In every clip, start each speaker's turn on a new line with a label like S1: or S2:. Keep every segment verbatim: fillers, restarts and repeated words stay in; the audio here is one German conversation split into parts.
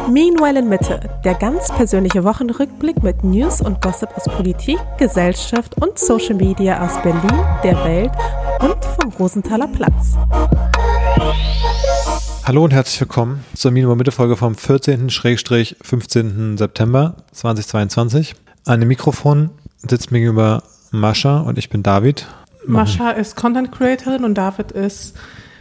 S1: Meanwhile in Mitte, der ganz persönliche Wochenrückblick mit News und Gossip aus Politik, Gesellschaft und Social Media aus Berlin, der Welt und vom Rosenthaler Platz.
S2: Hallo und herzlich willkommen zur Meanwhile Mitte Folge vom vierzehnten fünfzehnten September zweitausendzweiundzwanzig. An dem Mikrofon sitzt mir gegenüber Mascha und ich bin David.
S3: Mascha ist Content Creatorin und David ist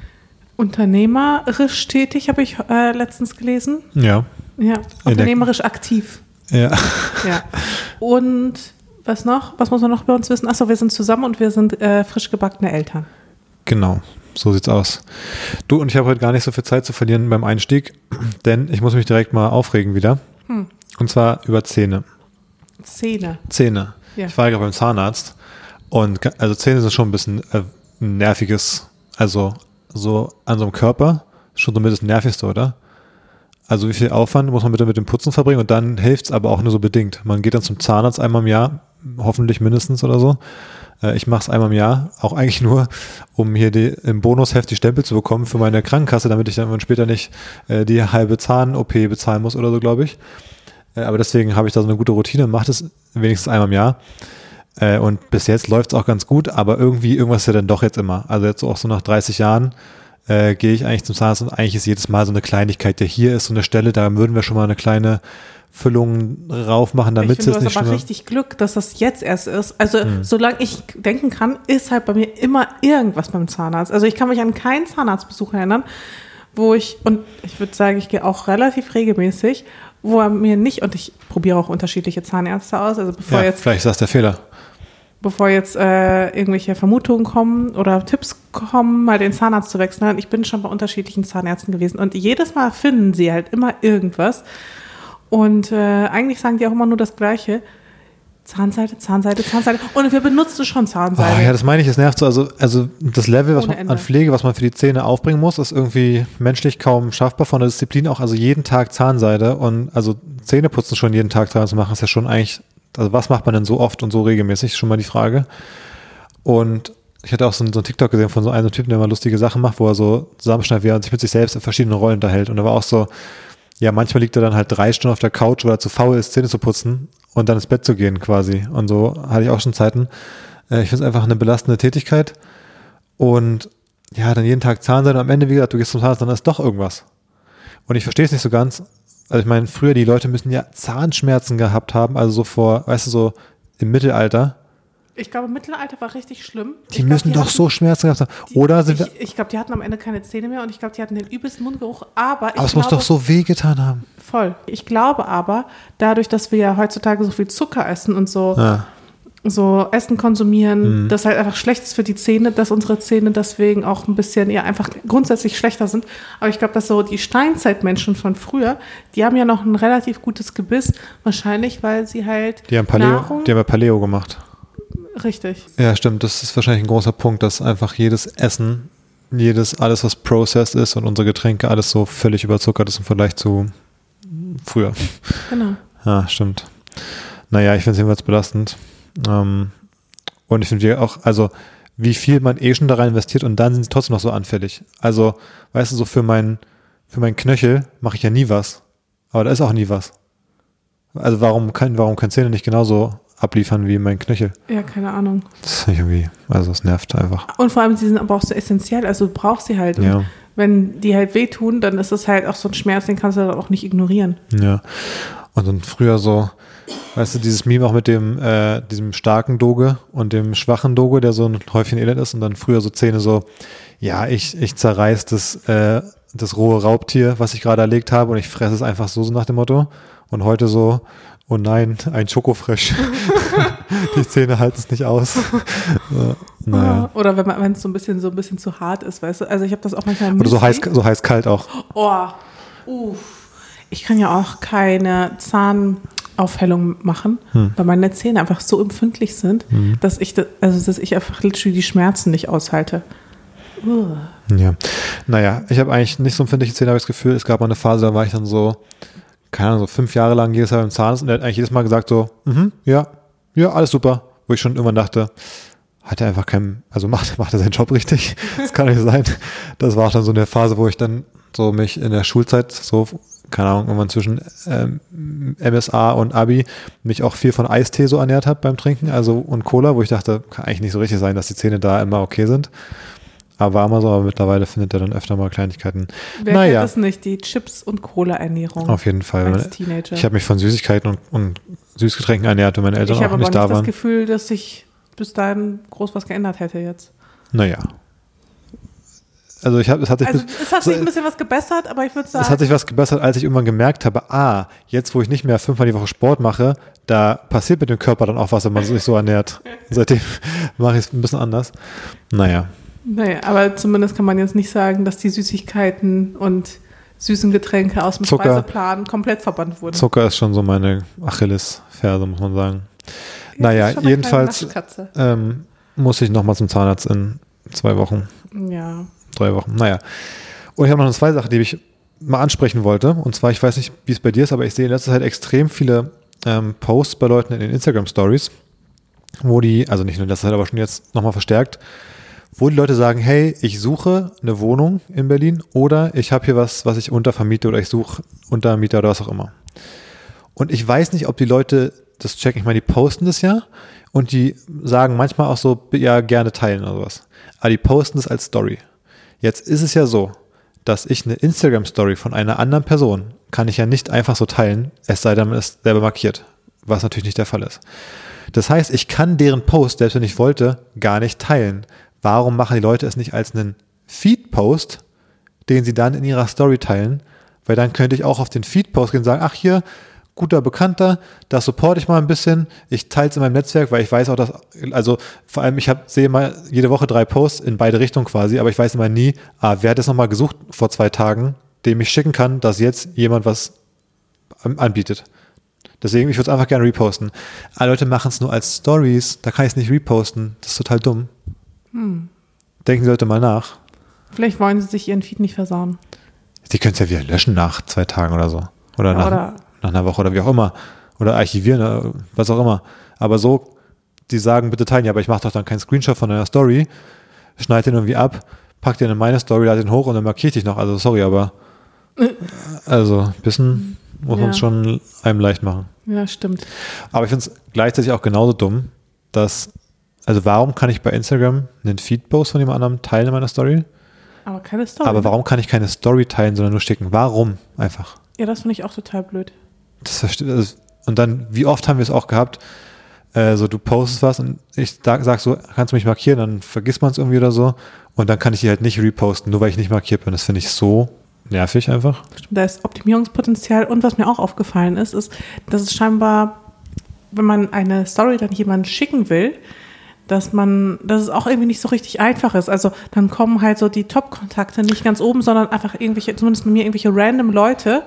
S3: unternehmerisch tätig, habe ich äh, letztens gelesen.
S2: Ja.
S3: Ja, unternehmerisch aktiv.
S2: Ja.
S3: Ja. Und was noch? Was muss man noch bei uns wissen? Achso, wir sind zusammen und wir sind äh, frisch gebackene Eltern.
S2: Genau, so sieht's aus. Du, und ich habe heute gar nicht so viel Zeit zu verlieren beim Einstieg, denn ich muss mich direkt mal aufregen wieder. Hm. Und zwar über Zähne.
S3: Zähne?
S2: Zähne. Ja. Ich war ja gerade beim Zahnarzt und also Zähne sind schon ein bisschen äh, ein nerviges, also so an so einem Körper, schon so mit das Nervigste, oder? Also wie viel Aufwand muss man bitte mit dem Putzen verbringen und dann hilft es aber auch nur so bedingt. Man geht dann zum Zahnarzt einmal im Jahr, hoffentlich mindestens oder so. Äh, ich mache es einmal im Jahr, auch eigentlich nur, um hier die, im Bonusheft die Stempel zu bekommen für meine Krankenkasse, damit ich dann später nicht äh, die halbe Zahn-O P bezahlen muss oder so, glaube ich. Äh, aber deswegen habe ich da so eine gute Routine und mache das wenigstens einmal im Jahr. Und bis jetzt läuft es auch ganz gut, aber irgendwie irgendwas ist ja dann doch jetzt immer. Also jetzt auch so nach dreißig Jahren äh, gehe ich eigentlich zum Zahnarzt und eigentlich ist jedes Mal so eine Kleinigkeit, der hier ist so eine Stelle, da würden wir schon mal eine kleine Füllung rauf machen, damit es nicht
S3: Ich finde, du hast aber richtig Glück, dass das jetzt erst ist. Also hm. solange ich denken kann, ist halt bei mir immer irgendwas beim Zahnarzt. Also ich kann mich an keinen Zahnarztbesuch erinnern, wo ich, und ich würde sagen, ich gehe auch relativ regelmäßig, wo er mir nicht, und ich probiere auch unterschiedliche Zahnärzte aus, also bevor
S2: ja,
S3: jetzt...
S2: vielleicht ist das der Fehler.
S3: Bevor jetzt äh, irgendwelche Vermutungen kommen oder Tipps kommen, mal den Zahnarzt zu wechseln. Ich bin schon bei unterschiedlichen Zahnärzten gewesen und jedes Mal finden sie halt immer irgendwas. Und äh, eigentlich sagen die auch immer nur das Gleiche. Zahnseide, Zahnseide, Zahnseide. Und wir benutzen schon Zahnseide.
S2: Oh, ja, das meine ich, das nervt so. Also, also das Level, was man an Pflege, was man für die Zähne aufbringen muss, ist irgendwie menschlich kaum schaffbar von der Disziplin. Auch also jeden Tag Zahnseide und also Zähneputzen schon jeden Tag dran zu machen, ist ja schon eigentlich... Also was macht man denn so oft und so regelmäßig? Schon mal die Frage. Und ich hatte auch so einen, so einen TikTok gesehen von so einem Typen, der mal lustige Sachen macht, wo er so zusammenschneidet, wie er sich mit sich selbst in verschiedenen Rollen unterhält. Und da war auch so, ja, manchmal liegt er dann halt drei Stunden auf der Couch, weil er zu faul ist, Zähne zu putzen und dann ins Bett zu gehen quasi. Und so hatte ich auch schon Zeiten. Ich finde es einfach eine belastende Tätigkeit. Und ja, dann jeden Tag Zahnseide und am Ende, wie gesagt, du gehst zum Zahnarzt, dann ist doch irgendwas. Und ich verstehe es nicht so ganz. Also ich meine, früher die Leute müssen ja Zahnschmerzen gehabt haben, also so vor, weißt du, so im Mittelalter.
S3: Ich glaube, im Mittelalter war richtig schlimm.
S2: Die
S3: ich
S2: müssen
S3: glaub, die
S2: doch
S3: hatten,
S2: so Schmerzen gehabt haben.
S3: Die,
S2: Oder sind
S3: ich,
S2: wir,
S3: ich glaube, die hatten am Ende keine Zähne mehr und ich glaube, die hatten den übelsten Mundgeruch. Aber, ich
S2: aber es
S3: glaube,
S2: muss doch so wehgetan haben.
S3: Voll. Ich glaube aber, dadurch, dass wir ja heutzutage so viel Zucker essen und so,
S2: ja.
S3: so Essen konsumieren,
S2: mhm.
S3: das halt einfach schlecht ist für die Zähne, dass unsere Zähne deswegen auch ein bisschen ja einfach grundsätzlich schlechter sind. Aber ich glaube, dass so die Steinzeitmenschen von früher, die haben ja noch ein relativ gutes Gebiss, wahrscheinlich, weil sie halt
S2: die haben Paleo,
S3: Nahrung...
S2: Die haben ja Paleo gemacht.
S3: Richtig.
S2: Ja, stimmt. Das ist wahrscheinlich ein großer Punkt, dass einfach jedes Essen, jedes, alles, was processed ist und unsere Getränke, alles so völlig überzuckert ist im Vergleich zu früher.
S3: Genau.
S2: Ja, stimmt. Naja, ich finde es jedenfalls belastend. Ähm, und ich finde auch, also wie viel man eh schon da rein investiert und dann sind sie trotzdem noch so anfällig. Also, weißt du, so für meinen für meinen Knöchel mache ich ja nie was. Aber da ist auch nie was. Also warum kann, warum können Zähne nicht genauso abliefern wie mein Knöchel?
S3: Ja, keine Ahnung.
S2: Das ist irgendwie, also es nervt einfach.
S3: Und vor allem, sie sind aber auch so essentiell, also du brauchst sie halt.
S2: Ja.
S3: Und wenn die halt wehtun, dann ist es halt auch so ein Schmerz, den kannst du dann auch nicht ignorieren.
S2: Ja. Und dann früher so, weißt du, dieses Meme auch mit dem, äh, diesem starken Doge und dem schwachen Doge, der so ein Häufchen Elend ist und dann früher so Zähne so, ja, ich, ich zerreiß das, äh, das rohe Raubtier, was ich gerade erlegt habe und ich fresse es einfach so, so nach dem Motto. Und heute so, oh nein, ein Schokofresh. Die Zähne halten es nicht aus. So, naja.
S3: Oder wenn man, wenn es so ein bisschen, so ein bisschen zu hart ist, weißt du, also ich habe das auch manchmal im
S2: Oder so heiß, so heiß kalt auch.
S3: Oh, uff. Ich kann ja auch keine Zahnaufhellung machen, hm. weil meine Zähne einfach so empfindlich sind, hm. dass ich das, also dass ich einfach literally die Schmerzen nicht aushalte. Uh.
S2: Ja, naja, ich habe eigentlich nicht so empfindliche Zähne, habe ich das Gefühl. Es gab mal eine Phase, da war ich dann so, keine Ahnung, so fünf Jahre lang jedes Jahr beim Zahnarzt und der hat eigentlich jedes Mal gesagt so, mhm, ja, ja, alles super. Wo ich schon irgendwann dachte, hat er einfach keinen, also macht, macht er seinen Job richtig? Das kann nicht sein. Das war auch dann so eine Phase, wo ich dann so mich in der Schulzeit so keine Ahnung, irgendwann zwischen ähm, M S A und Abi mich auch viel von Eistee so ernährt habe beim Trinken, also und Cola, wo ich dachte, kann eigentlich nicht so richtig sein, dass die Zähne da immer okay sind. Aber war immer so, aber mittlerweile findet er dann öfter mal Kleinigkeiten.
S3: Wer
S2: naja.
S3: kennt das nicht, die Chips- und Cola-Ernährung?
S2: Auf jeden Fall.
S3: Als Teenager.
S2: Ich habe mich von Süßigkeiten und, und Süßgetränken ernährt, wenn meine Eltern
S3: ich
S2: auch nicht da waren. Ich habe aber
S3: nicht das Gefühl, dass sich bis dahin groß was geändert hätte jetzt.
S2: Naja. Also ich habe, es hat sich,
S3: also
S2: bis,
S3: es hat sich ein bisschen was gebessert, aber ich würde sagen.
S2: Es hat sich was gebessert, als ich irgendwann gemerkt habe, ah, jetzt wo ich nicht mehr fünfmal die Woche Sport mache, da passiert mit dem Körper dann auch was, wenn man sich so ernährt. Seitdem mache ich es ein bisschen anders. Naja.
S3: Naja, aber zumindest kann man jetzt nicht sagen, dass die Süßigkeiten und süßen Getränke aus dem
S2: Zucker,
S3: Speiseplan komplett verbannt wurden.
S2: Zucker ist schon so meine Achillesferse, muss man sagen.
S3: Ja,
S2: naja, jedenfalls ähm, muss ich nochmal zum Zahnarzt in zwei Wochen.
S3: Ja.
S2: Drei Wochen, naja. Und ich habe noch eine zweite Sache, die ich mal ansprechen wollte. Und zwar, ich weiß nicht, wie es bei dir ist, aber ich sehe in letzter Zeit extrem viele ähm, Posts bei Leuten in den Instagram-Stories, wo die, also nicht nur in letzter Zeit, aber schon jetzt nochmal verstärkt, wo die Leute sagen, hey, ich suche eine Wohnung in Berlin oder ich habe hier was, was ich untervermiete oder ich suche Untermieter oder was auch immer. Und ich weiß nicht, ob die Leute das checken. Ich meine, die posten das ja und die sagen manchmal auch so, ja, gerne teilen oder sowas. Aber die posten das als Story. Jetzt ist es ja so, dass ich eine Instagram-Story von einer anderen Person kann ich ja nicht einfach so teilen, es sei denn, man ist selber markiert, was natürlich nicht der Fall ist. Das heißt, ich kann deren Post, selbst wenn ich wollte, gar nicht teilen. Warum machen die Leute es nicht als einen Feed-Post, den sie dann in ihrer Story teilen? Weil dann könnte ich auch auf den Feed-Post gehen und sagen, ach hier, guter Bekannter, das supporte ich mal ein bisschen, ich teile es in meinem Netzwerk, weil ich weiß auch, dass, also vor allem, ich hab, sehe mal jede Woche drei Posts in beide Richtungen quasi, aber ich weiß immer nie, ah, wer hat das nochmal gesucht vor zwei Tagen, dem ich schicken kann, dass jetzt jemand was anbietet. Deswegen, ich würde es einfach gerne reposten. Alle Leute machen es nur als Stories, da kann ich es nicht reposten, das ist total dumm. Hm. Denken die Leute mal nach.
S3: Vielleicht wollen sie sich ihren Feed nicht versauen.
S2: Die können es ja wieder löschen nach zwei Tagen oder so. Oder, ja, nach,
S3: oder
S2: nach einer Woche oder wie auch immer. Oder archivieren, was auch immer. Aber so, die sagen, bitte teilen, ja, aber ich mache doch dann keinen Screenshot von deiner Story, schneide den irgendwie ab, pack den in meine Story, lade den hoch und dann markiere ich dich noch. Also sorry, aber also ein bisschen muss
S3: ja.
S2: man es schon einem leicht machen.
S3: Ja, stimmt.
S2: Aber ich finde es gleichzeitig auch genauso dumm, dass, also warum kann ich bei Instagram einen Feed-Post von jemand anderem teilen in meiner Story?
S3: Aber keine Story.
S2: Aber warum kann ich keine Story teilen, sondern nur schicken? Warum? Einfach.
S3: Ja, das finde ich auch total blöd.
S2: Das verstehe also, und dann, wie oft haben wir es auch gehabt, äh, so du postest was und ich sag, sag so, kannst du mich markieren, dann vergisst man es irgendwie oder so und dann kann ich die halt nicht reposten, nur weil ich nicht markiert bin. Das finde ich so nervig einfach.
S3: Da ist Optimierungspotenzial und was mir auch aufgefallen ist, ist, dass es scheinbar, wenn man eine Story dann jemandem schicken will, dass man, dass es auch irgendwie nicht so richtig einfach ist. Also dann kommen halt so die Top-Kontakte nicht ganz oben, sondern einfach irgendwelche, zumindest bei mir irgendwelche random Leute.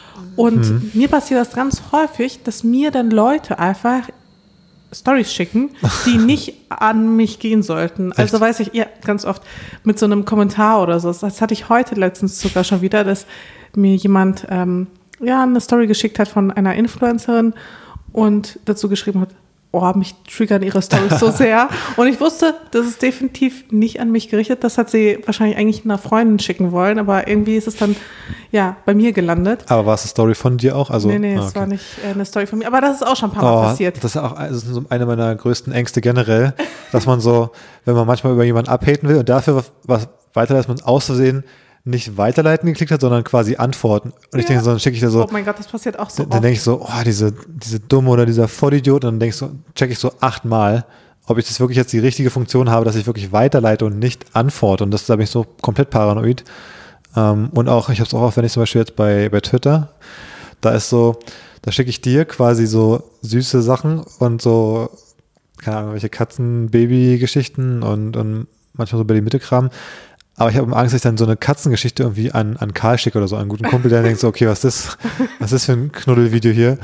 S3: Und hm. mir passiert das ganz häufig, dass mir dann Leute einfach Storys schicken, die nicht an mich gehen sollten. Also Echt? weiß ich, ja, ganz oft mit so einem Kommentar oder so. Das hatte ich heute letztens sogar schon wieder, dass mir jemand ähm, ja eine Story geschickt hat von einer Influencerin und dazu geschrieben hat, oh, mich triggern ihre Storys so sehr. Und ich wusste, das ist definitiv nicht an mich gerichtet. Das hat sie wahrscheinlich eigentlich einer Freundin schicken wollen, aber irgendwie ist es dann, ja, bei mir gelandet.
S2: Aber war es eine Story von dir auch? Also,
S3: nee, nee,
S2: ah,
S3: es
S2: okay.
S3: war nicht äh, eine Story von mir. Aber das ist auch schon ein paar Mal
S2: oh,
S3: passiert.
S2: Das ist auch also so eine meiner größten Ängste generell, dass man so, wenn man manchmal über jemanden abhaten will und dafür was, was weiterleitet, man aus Versehen nicht weiterleiten geklickt hat, sondern quasi antworten. Und ja. ich denke so, dann schicke ich da so.
S3: Oh mein Gott, das passiert auch so
S2: Dann,
S3: oft.
S2: dann denke ich so, oh, diese, diese dumme oder dieser Vollidiot. Und dann denke ich so, checke ich so achtmal, ob ich das wirklich jetzt die richtige Funktion habe, dass ich wirklich weiterleite und nicht antworte. Und das, da bin ich so komplett paranoid. Ähm, und auch, ich habe es auch, wenn ich zum Beispiel jetzt bei, bei Twitter, da ist so, da schicke ich dir quasi so süße Sachen und so, keine Ahnung, welche Katzen-Baby-Geschichten und, und manchmal so bei die Mitte-Kram. Aber ich habe Angst, dass ich dann so eine Katzengeschichte irgendwie an, an Karl schicke oder so, einen guten Kumpel, der denkt so, okay, was ist das, was ist das für ein Knuddelvideo hier?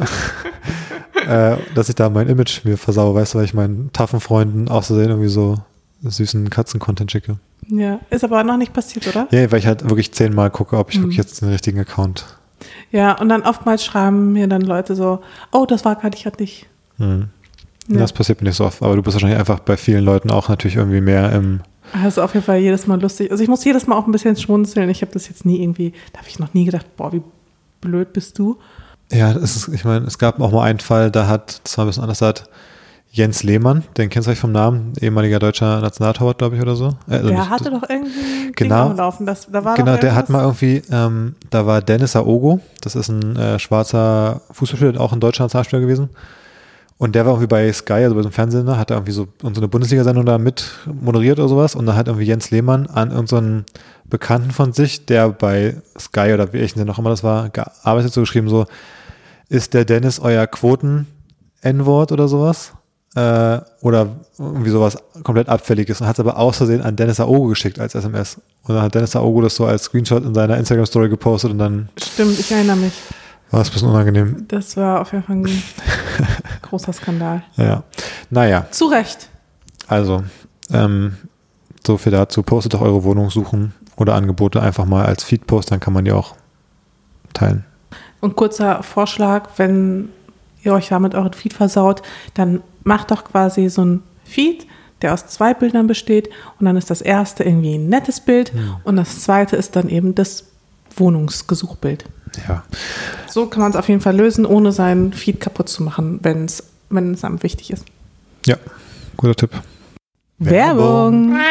S2: äh, dass ich da mein Image mir versaue, weißt du, weil ich meinen taffen Freunden außersehen irgendwie so süßen Katzen-Content schicke.
S3: Ja, ist aber noch nicht passiert, oder?
S2: Ja, weil ich halt wirklich zehnmal gucke, ob ich mhm. wirklich jetzt den richtigen Account.
S3: Ja, und dann oftmals schreiben mir dann Leute so, oh, das war gerade ich gerade nicht.
S2: Mhm.
S3: Ja.
S2: Das passiert mir nicht so oft, aber du bist wahrscheinlich einfach bei vielen Leuten auch natürlich irgendwie mehr im
S3: Also auf jeden Fall jedes Mal lustig. Also ich muss jedes Mal auch ein bisschen schmunzeln. Ich habe das jetzt nie irgendwie, da habe ich noch nie gedacht, boah, wie blöd bist du.
S2: Ja, das ist, ich meine, es gab auch mal einen Fall, da hat, das war ein bisschen anders, da hat Jens Lehmann, den kennst du vielleicht vom Namen, ehemaliger deutscher Nationaltorwart, glaube ich, oder so. Äh, also
S3: der
S2: nicht,
S3: hatte doch irgendwie ein
S2: genau,
S3: Ding am Laufen. Das, da war
S2: genau,
S3: doch
S2: der hat mal irgendwie, ähm, da war Dennis Aogo, das ist ein äh, schwarzer Fußballspieler, auch ein deutscher Nationalspieler gewesen. Und der war irgendwie bei Sky, also bei so einem Fernsehsender, hat er irgendwie so unsere Bundesliga-Sendung da mit moderiert oder sowas. Und dann hat irgendwie Jens Lehmann an unseren Bekannten von sich, der bei Sky oder wie ich denn noch immer das war, gearbeitet, so geschrieben, so, ist der Dennis euer Quoten-N-Wort oder sowas? Äh, oder irgendwie sowas komplett Abfälliges. Und hat es aber aus Versehen an Dennis Aogo geschickt als S M S. Und dann hat Dennis Aogo das so als Screenshot in seiner Instagram-Story gepostet und dann...
S3: Stimmt, ich erinnere mich.
S2: War es ein bisschen unangenehm.
S3: Das war auf jeden Fall ein großer Skandal.
S2: Ja, naja.
S3: Zu Recht.
S2: Also, ähm, so viel dazu. Postet doch eure Wohnung suchen oder Angebote einfach mal als Feed-Post, dann kann man die auch teilen.
S3: Und kurzer Vorschlag, wenn ihr euch damit euren Feed versaut, dann macht doch quasi so ein Feed, der aus zwei Bildern besteht und dann ist das erste irgendwie ein nettes Bild ja. und das zweite ist dann eben das Wohnungsgesuchbild.
S2: Ja.
S3: So kann man es auf jeden Fall lösen, ohne seinen Feed kaputt zu machen, wenn's, wenn es einem wichtig ist.
S2: Ja, guter Tipp.
S3: Werbung! Werbung.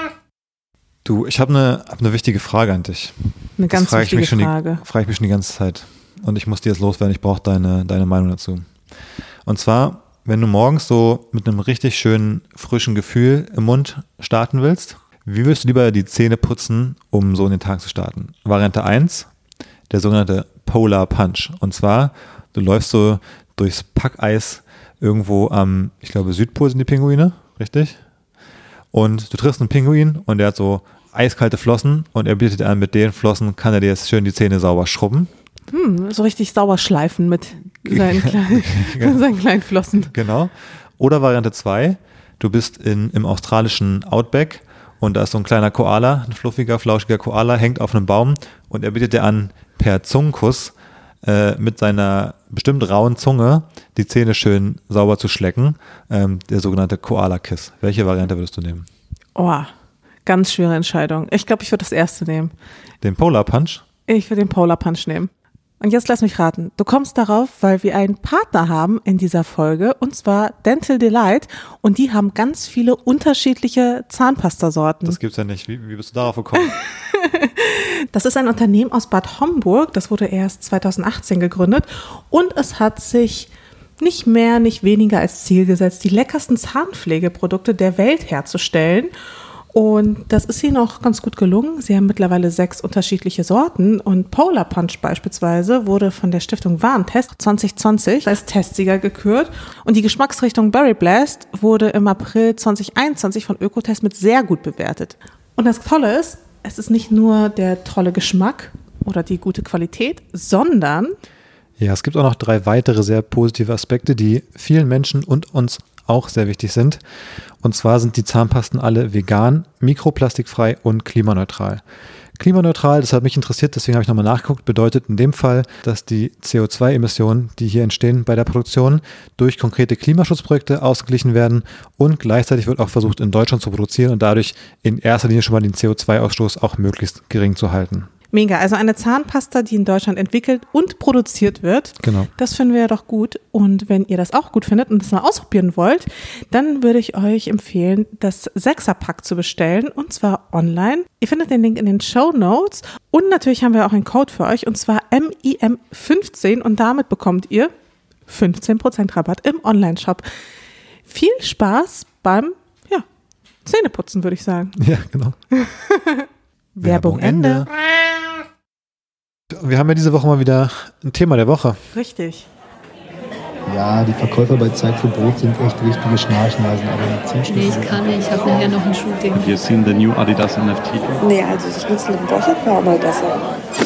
S2: Du, ich habe eine hab ne wichtige Frage an dich.
S3: Eine ganz
S2: das
S3: wichtige
S2: ich mich
S3: Frage.
S2: Das frage ich mich schon die ganze Zeit. Und ich muss dir jetzt loswerden, ich brauche deine, deine Meinung dazu. Und zwar, wenn du morgens so mit einem richtig schönen, frischen Gefühl im Mund starten willst, wie willst du lieber die Zähne putzen, um so in den Tag zu starten? Variante eins, der sogenannte Polar Punch. Und zwar, du läufst so durchs Packeis irgendwo am, ich glaube, Südpol sind die Pinguine, richtig? Und du triffst einen Pinguin und der hat so eiskalte Flossen und er bietet dir an, mit den Flossen kann er dir jetzt schön die Zähne sauber schrubben.
S3: Hm, so richtig sauber schleifen mit seinen kleinen, seinen kleinen Flossen.
S2: Genau. Oder Variante zwei, du bist in, im australischen Outback und da ist so ein kleiner Koala, ein fluffiger, flauschiger Koala, hängt auf einem Baum und er bietet dir an, per Zungenkuss äh, mit seiner bestimmt rauen Zunge die Zähne schön sauber zu schlecken. Ähm, der sogenannte Koala-Kiss. Welche Variante würdest du nehmen?
S3: Oh, ganz schwere Entscheidung. Ich glaube, ich würde das erste nehmen.
S2: Den Polar Punch?
S3: Ich würde den Polar Punch nehmen. Und jetzt lass mich raten. Du kommst darauf, weil wir einen Partner haben in dieser Folge, und zwar Dental Delight. Und die haben ganz viele unterschiedliche Zahnpastasorten.
S2: Das gibt's ja nicht. Wie, wie bist du darauf gekommen?
S3: Das ist ein Unternehmen aus Bad Homburg. Das wurde erst zweitausendachtzehn gegründet. Und es hat sich nicht mehr, nicht weniger als Ziel gesetzt, die leckersten Zahnpflegeprodukte der Welt herzustellen. Und das ist ihnen auch ganz gut gelungen. Sie haben mittlerweile sechs unterschiedliche Sorten und Polar Punch beispielsweise wurde von der Stiftung Warentest zwanzig zwanzig als Testsieger gekürt. Und die Geschmacksrichtung Berry Blast wurde im April zwanzig einundzwanzig von Ökotest mit sehr gut bewertet. Und das Tolle ist, es ist nicht nur der tolle Geschmack oder die gute Qualität, sondern...
S2: Ja, es gibt auch noch drei weitere sehr positive Aspekte, die vielen Menschen und uns auch sehr wichtig sind. Und zwar sind die Zahnpasten alle vegan, mikroplastikfrei und klimaneutral. Klimaneutral, das hat mich interessiert, deswegen habe ich nochmal nachgeguckt, bedeutet in dem Fall, dass die C O zwei Emissionen, die hier entstehen bei der Produktion, durch konkrete Klimaschutzprojekte ausgeglichen werden und gleichzeitig wird auch versucht, in Deutschland zu produzieren und dadurch in erster Linie schon mal den C O zwei Ausstoß auch möglichst gering zu halten.
S3: Mega, also eine Zahnpasta, die in Deutschland entwickelt und produziert wird.
S2: Genau. Das
S3: finden wir ja doch gut. Und wenn ihr das auch gut findet und das mal ausprobieren wollt, dann würde ich euch empfehlen, das Sechserpack zu bestellen und zwar online. Ihr findet den Link in den Shownotes und natürlich haben wir auch einen Code für euch und zwar M I M fünfzehn und damit bekommt ihr fünfzehn Prozent Rabatt im Onlineshop. Viel Spaß beim ja, Zähneputzen, würde ich sagen.
S2: Ja, genau.
S3: Werbung Ende.
S2: Wir haben ja diese Woche mal wieder ein Thema der Woche.
S3: Richtig.
S4: Ja, die Verkäufer bei Zeit für Brot sind echt richtige Schnarchnasen. Aber
S5: nee, ich kann nicht. Ich habe nachher noch ein Shooting.
S6: Have you seen the new Adidas N F T?
S7: Nee, also ich nutze eine Woche kaum mal besser.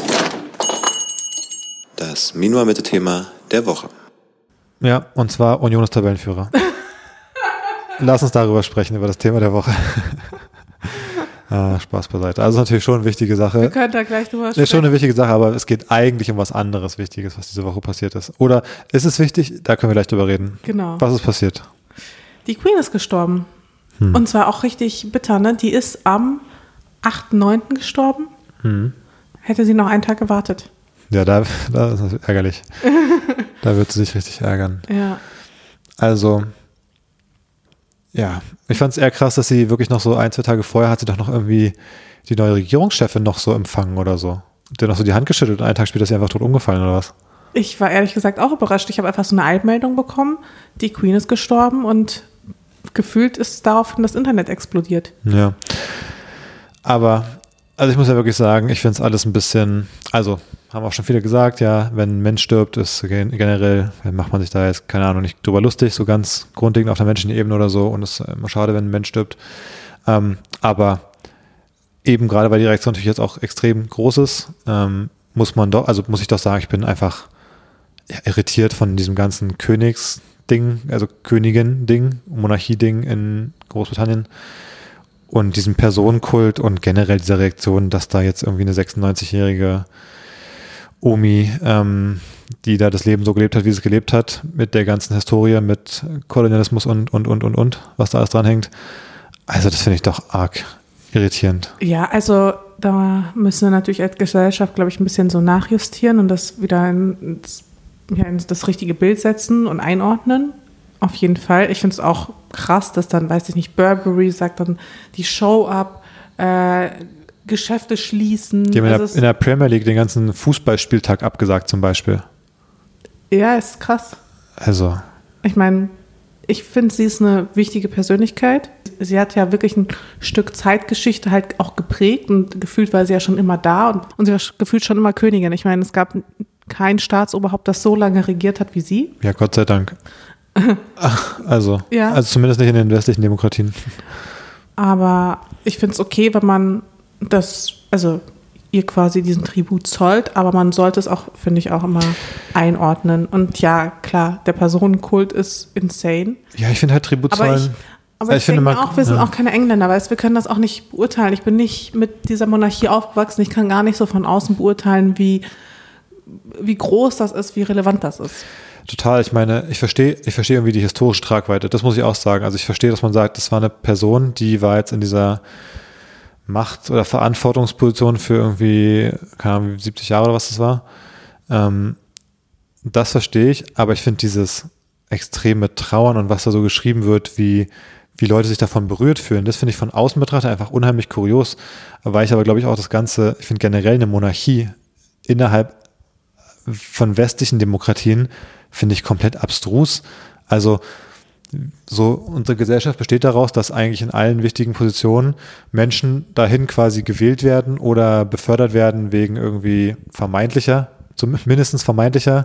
S8: Das Minua-Mitte-Thema der Woche.
S2: Ja, und zwar Union ist Tabellenführer. Lass uns darüber sprechen, über das Thema der Woche. Ah, Spaß beiseite. Also natürlich schon eine wichtige Sache.
S3: Wir können da gleich drüber sprechen.
S2: Ist schon eine wichtige Sache, aber es geht eigentlich um was anderes Wichtiges, was diese Woche passiert ist. Oder ist es wichtig? Da können wir gleich drüber reden.
S3: Genau.
S2: Was ist passiert?
S3: Die Queen ist gestorben. Hm. Und zwar auch richtig bitter, ne? Die ist am achten neunten gestorben. Hm. Hätte sie noch einen Tag gewartet.
S2: Ja, da, da ist es ärgerlich. Da wird sie sich richtig ärgern.
S3: Ja.
S2: Also, ja, ich fand es eher krass, dass sie wirklich noch so ein, zwei Tage vorher hat sie doch noch irgendwie die neue Regierungschefin noch so empfangen oder so. Der noch so die Hand geschüttelt und einen Tag später ist sie einfach tot umgefallen oder was?
S3: Ich war ehrlich gesagt auch überrascht. Ich habe einfach so eine Eilmeldung bekommen, die Queen ist gestorben und gefühlt ist daraufhin das Internet explodiert.
S2: Ja. Aber, also ich muss ja wirklich sagen, ich finde es alles ein bisschen, also haben auch schon viele gesagt, ja, wenn ein Mensch stirbt, ist generell, macht man sich da jetzt, keine Ahnung, nicht drüber lustig, so ganz grundlegend auf der menschlichen Ebene oder so, und es ist immer schade, wenn ein Mensch stirbt. Ähm, aber eben gerade, weil die Reaktion natürlich jetzt auch extrem groß ist, ähm, muss man doch, also muss ich doch sagen, ich bin einfach ja, irritiert von diesem ganzen Königsding, also Königin-Ding, Monarchie-Ding in Großbritannien und diesem Personenkult und generell dieser Reaktion, dass da jetzt irgendwie eine sechsundneunzigjährige Omi, ähm, die da das Leben so gelebt hat, wie sie es gelebt hat, mit der ganzen Historie, mit Kolonialismus und, und, und, und, und, was da alles dranhängt. Also das finde ich doch arg irritierend.
S3: Ja, also da müssen wir natürlich als Gesellschaft, glaube ich, ein bisschen so nachjustieren und das wieder ins, ja, in das richtige Bild setzen und einordnen. Auf jeden Fall. Ich finde es auch krass, dass dann, weiß ich nicht, Burberry sagt dann die Show ab, äh, Geschäfte schließen.
S2: Die haben in,
S3: also
S2: der, in der Premier League den ganzen Fußballspieltag abgesagt zum Beispiel.
S3: Ja, ist krass.
S2: Also.
S3: Ich meine, ich finde, sie ist eine wichtige Persönlichkeit. Sie hat ja wirklich ein Stück Zeitgeschichte halt auch geprägt und gefühlt war sie ja schon immer da und, und sie war gefühlt schon immer Königin. Ich meine, es gab kein Staatsoberhaupt, das so lange regiert hat wie sie.
S2: Ja, Gott sei Dank. Ach, also,
S3: ja.
S2: also zumindest nicht in den westlichen Demokratien.
S3: Aber ich finde es okay, wenn man das, also ihr quasi diesen Tribut zollt, aber man sollte es auch, finde ich, auch immer einordnen. Und ja, klar, der Personenkult ist insane.
S2: Ja, ich finde halt Tribut zollen.
S3: Aber ich, aber ich, ich finde auch, wir sind ja. auch keine Engländer, weißt, wir können das auch nicht beurteilen. Ich bin nicht mit dieser Monarchie aufgewachsen. Ich kann gar nicht so von außen beurteilen, wie, wie groß das ist, wie relevant das ist.
S2: Total, ich meine, ich verstehe ich verstehe irgendwie die historische Tragweite, das muss ich auch sagen. Also ich verstehe, dass man sagt, das war eine Person, die war jetzt in dieser Macht- oder Verantwortungsposition für irgendwie, keine Ahnung, siebzig Jahre oder was das war. Ähm, das verstehe ich, aber ich finde dieses extreme Trauern und was da so geschrieben wird, wie, wie Leute sich davon berührt fühlen, das finde ich von außen betrachtet einfach unheimlich kurios, weil ich aber, glaube ich, auch das Ganze, ich finde generell eine Monarchie innerhalb von westlichen Demokratien finde ich komplett abstrus. Also so unsere Gesellschaft besteht daraus, dass eigentlich in allen wichtigen Positionen Menschen dahin quasi gewählt werden oder befördert werden wegen irgendwie vermeintlicher, zumindest vermeintlicher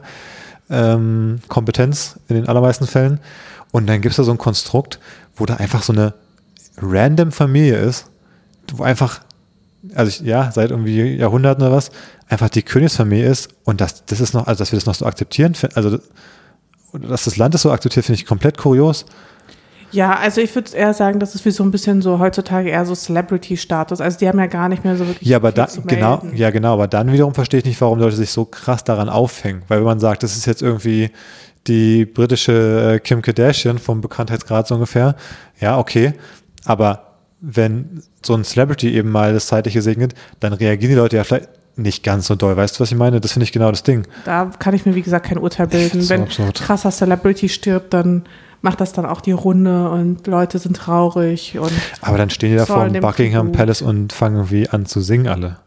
S2: ähm, Kompetenz in den allermeisten Fällen. Und dann gibt es da so ein Konstrukt, wo da einfach so eine random Familie ist, wo einfach, also ich, ja, seit irgendwie Jahrhunderten oder was, einfach die Königsfamilie ist und das, das ist noch, also dass wir das noch so akzeptieren, also dass das Land es so akzeptiert, finde ich komplett kurios.
S3: Ja, also ich würde eher sagen, das ist wie so ein bisschen so heutzutage eher so Celebrity-Status. Also die haben ja gar nicht mehr so wirklich
S2: ja, aber
S3: viel
S2: da,
S3: zu
S2: genau,
S3: melden.
S2: ja, genau, aber dann wiederum verstehe ich nicht, warum Leute sich so krass daran aufhängen. Weil wenn man sagt, das ist jetzt irgendwie die britische äh, Kim Kardashian vom Bekanntheitsgrad so ungefähr, ja, okay, aber wenn so ein Celebrity eben mal das Zeitliche segnet, dann reagieren die Leute ja vielleicht nicht ganz so doll. Weißt du, was ich meine? Das finde ich genau das Ding.
S3: Da kann ich mir, wie gesagt, kein Urteil bilden.
S2: So
S3: Wenn
S2: absurd.
S3: krasser Celebrity stirbt, dann macht das dann auch die Runde und Leute sind traurig. Und
S2: aber dann stehen die da vor
S3: zollen
S2: dem
S3: dem
S2: Buckingham
S3: Tribut.
S2: Palace und fangen irgendwie an zu singen alle.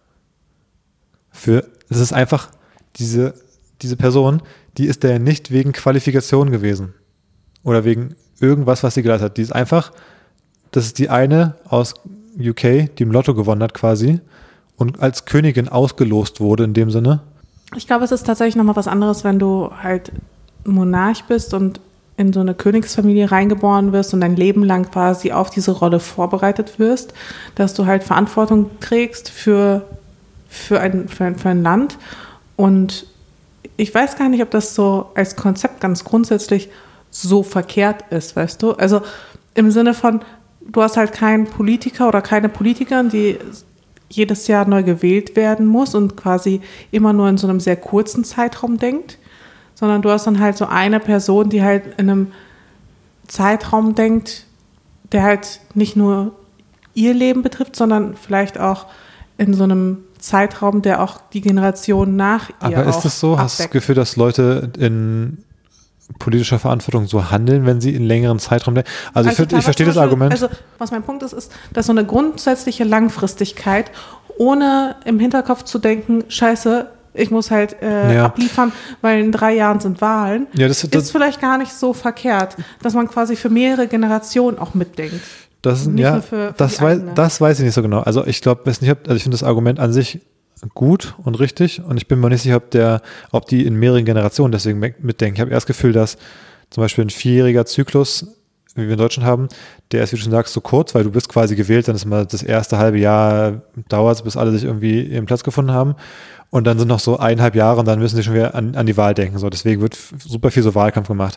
S2: Für, es ist einfach diese, diese Person, die ist da ja nicht wegen Qualifikation gewesen. Oder wegen irgendwas, was sie geleistet hat. Die ist einfach, das ist die eine aus U K, die im Lotto gewonnen hat quasi und als Königin ausgelost wurde in dem Sinne.
S3: Ich glaube, es ist tatsächlich nochmal was anderes, wenn du halt Monarch bist und in so eine Königsfamilie reingeboren wirst und dein Leben lang quasi auf diese Rolle vorbereitet wirst, dass du halt Verantwortung trägst für, für, ein, für, ein, für ein Land. Und ich weiß gar nicht, ob das so als Konzept ganz grundsätzlich so verkehrt ist, weißt du? Also im Sinne von, du hast halt keinen Politiker oder keine Politikerin, die jedes Jahr neu gewählt werden muss und quasi immer nur in so einem sehr kurzen Zeitraum denkt, sondern du hast dann halt so eine Person, die halt in einem Zeitraum denkt, der halt nicht nur ihr Leben betrifft, sondern vielleicht auch in so einem Zeitraum, der auch die Generation nach ihr
S2: Aber ist
S3: auch
S2: das so?
S3: abdeckt.
S2: Hast du das Gefühl, dass Leute in politischer Verantwortung so handeln, wenn sie in längeren Zeitraum denken? Also, also ich, ich verstehe das
S3: Beispiel,
S2: Argument.
S3: Also was mein Punkt ist, ist, dass so eine grundsätzliche Langfristigkeit, ohne im Hinterkopf zu denken, scheiße, ich muss halt äh,
S2: ja.
S3: abliefern, weil in drei Jahren sind Wahlen,
S2: ja, das, das,
S3: ist vielleicht gar nicht so verkehrt, dass man quasi für mehrere Generationen auch mitdenkt.
S2: Das,
S3: Nicht
S2: ja,
S3: nur für, für
S2: das,
S3: die
S2: weiß,
S3: eigene.
S2: das weiß ich nicht so genau. Also ich glaube, also ich finde das Argument an sich gut und richtig und ich bin mir nicht sicher, ob der, ob die in mehreren Generationen deswegen mitdenken. Ich habe erst das Gefühl, dass zum Beispiel ein vierjähriger Zyklus, wie wir in Deutschland haben, der ist, wie du schon sagst, so kurz, weil du bist quasi gewählt, dann ist mal das erste halbe Jahr dauert es, bis alle sich irgendwie ihren Platz gefunden haben und dann sind noch so eineinhalb Jahre und dann müssen sie schon wieder an, an die Wahl denken. So, deswegen wird super viel so Wahlkampf gemacht.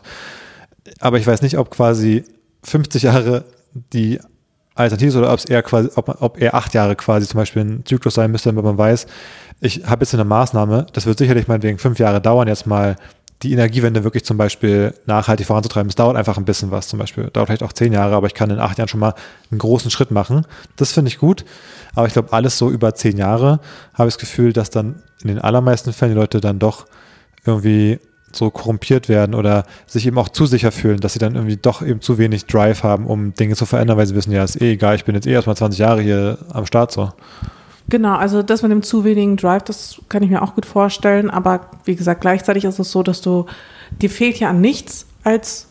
S2: Aber ich weiß nicht, ob quasi fünfzig Jahre die Alternative ist oder ob es eher quasi, ob, ob eher acht Jahre quasi zum Beispiel ein Zyklus sein müsste, wenn man weiß, ich habe jetzt eine Maßnahme, das wird sicherlich meinetwegen fünf Jahre dauern, jetzt mal die Energiewende wirklich zum Beispiel nachhaltig voranzutreiben. Es dauert einfach ein bisschen was zum Beispiel, dauert vielleicht auch zehn Jahre, aber ich kann in acht Jahren schon mal einen großen Schritt machen. Das finde ich gut, aber ich glaube, alles so über zehn Jahre habe ich das Gefühl, dass dann in den allermeisten Fällen die Leute dann doch irgendwie so korrumpiert werden oder sich eben auch zu sicher fühlen, dass sie dann irgendwie doch eben zu wenig Drive haben, um Dinge zu verändern, weil sie wissen, ja, ist eh egal, ich bin jetzt eh erstmal zwanzig Jahre hier am Start so.
S3: Genau, also das mit dem zu wenigen Drive, das kann ich mir auch gut vorstellen, aber wie gesagt, gleichzeitig ist es so, dass du, dir fehlt ja an nichts als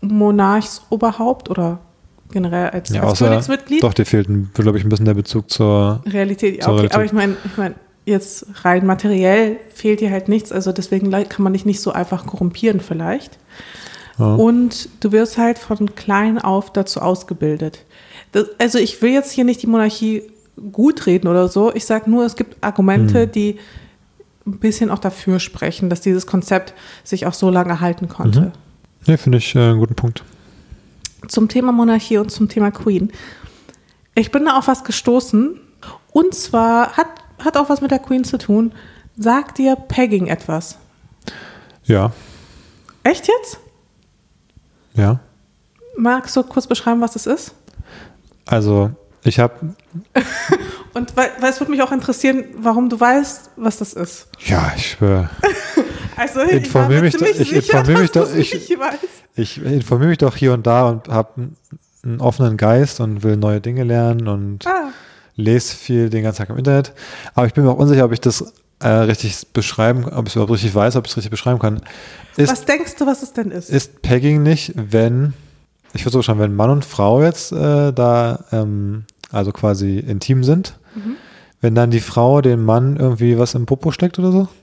S3: Monarchsoberhaupt oder generell als,
S2: ja,
S3: als
S2: außer,
S3: Königsmitglied.
S2: Doch, dir fehlt, glaube ich, ein bisschen der Bezug zur
S3: Realität.
S2: zur
S3: Okay,
S2: Realität.
S3: aber ich meine, ich meine, jetzt rein materiell fehlt dir halt nichts, also deswegen kann man dich nicht so einfach korrumpieren vielleicht.
S2: Ja.
S3: Und du wirst halt von klein auf dazu ausgebildet. Das, also ich will jetzt hier nicht die Monarchie gut reden oder so, ich sage nur, es gibt Argumente,
S2: hm.
S3: die ein bisschen auch dafür sprechen, dass dieses Konzept sich auch so lange halten konnte.
S2: Mhm. Ja, finde ich äh, einen guten Punkt.
S3: Zum Thema Monarchie und zum Thema Queen. Ich bin da auf was gestoßen und zwar hat, hat auch was mit der Queen zu tun. Sagt dir Pegging etwas?
S2: Ja.
S3: Echt jetzt?
S2: Ja.
S3: Magst du kurz beschreiben, was es ist?
S2: Also, ich habe...
S3: Und weil, weil es würde mich auch interessieren, warum du weißt, was das ist.
S2: Ja, ich... Äh,
S3: also,
S2: informiere mich,
S3: ich,
S2: ich, informiere mich doch... Ich,
S3: ich, weiß.
S2: ich informiere mich doch hier und da und habe einen, einen offenen Geist und will neue Dinge lernen und
S3: Ah.
S2: lese viel den ganzen Tag im Internet. Aber ich bin mir auch unsicher, ob ich das äh, richtig beschreiben, ob ich es überhaupt richtig weiß, ob ich es richtig beschreiben kann. Ist,
S3: was denkst du, was es denn ist?
S2: Ist Pegging nicht, wenn, ich würde so schauen, wenn Mann und Frau jetzt äh, da ähm, also quasi intim sind, mhm. wenn dann die Frau den Mann irgendwie was im Popo steckt oder so?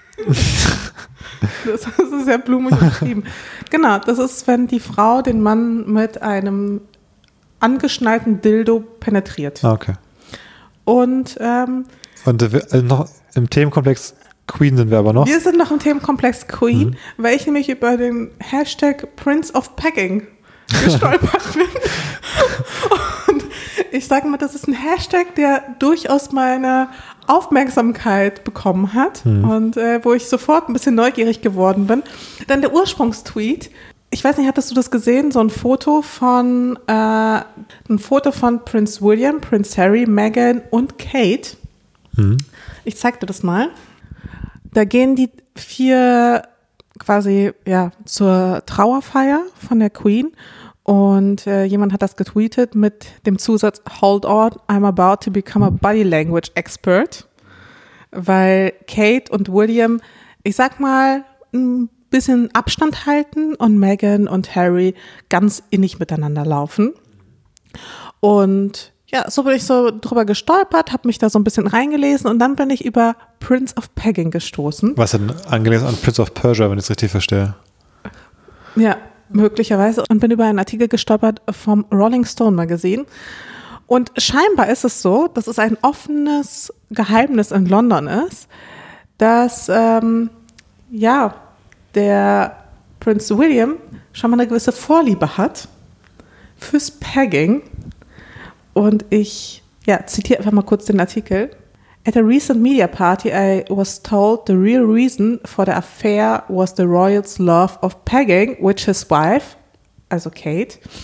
S3: Das ist sehr blumig beschrieben. Genau, das ist, wenn die Frau den Mann mit einem angeschnallten Dildo penetriert.
S2: Ah, okay.
S3: Und, ähm,
S2: Und äh, also noch im Themenkomplex Queen sind wir aber noch.
S3: Wir sind noch im Themenkomplex Queen,
S2: mhm.
S3: weil ich nämlich über den Hashtag Prince of Pegging gestolpert bin. Und ich sage mal, das ist ein Hashtag, der durchaus meine Aufmerksamkeit bekommen hat mhm. und äh, wo ich sofort ein bisschen neugierig geworden bin. Dann der Ursprungstweet. Ich weiß nicht, hattest du das gesehen? So ein Foto von äh, ein Foto von Prince William, Prince Harry, Meghan und Kate. Mhm. Ich zeig dir das mal. Da gehen die vier quasi ja zur Trauerfeier von der Queen und äh, jemand hat das getweetet mit dem Zusatz Hold on, I'm about to become a body language expert, weil Kate und William, ich sag mal, ein bisschen Abstand halten und Meghan und Harry ganz innig miteinander laufen. Und ja, so bin ich so drüber gestolpert, habe mich da so ein bisschen reingelesen und dann bin ich über Prince of Pegging gestoßen.
S2: Was denn angelesen an Prince of Persia, wenn ich es richtig verstehe?
S3: Ja, möglicherweise. Und bin über einen Artikel gestolpert vom Rolling Stone Magazine. Und scheinbar ist es so, dass es ein offenes Geheimnis in London ist, dass ähm, ja der Prinz William schon mal eine gewisse Vorliebe hat fürs Pegging. Und ich ja, zitiere einfach mal kurz den Artikel. At a recent media party, I was told the real reason for the affair was the royal's love of pegging, which his wife, also Kate,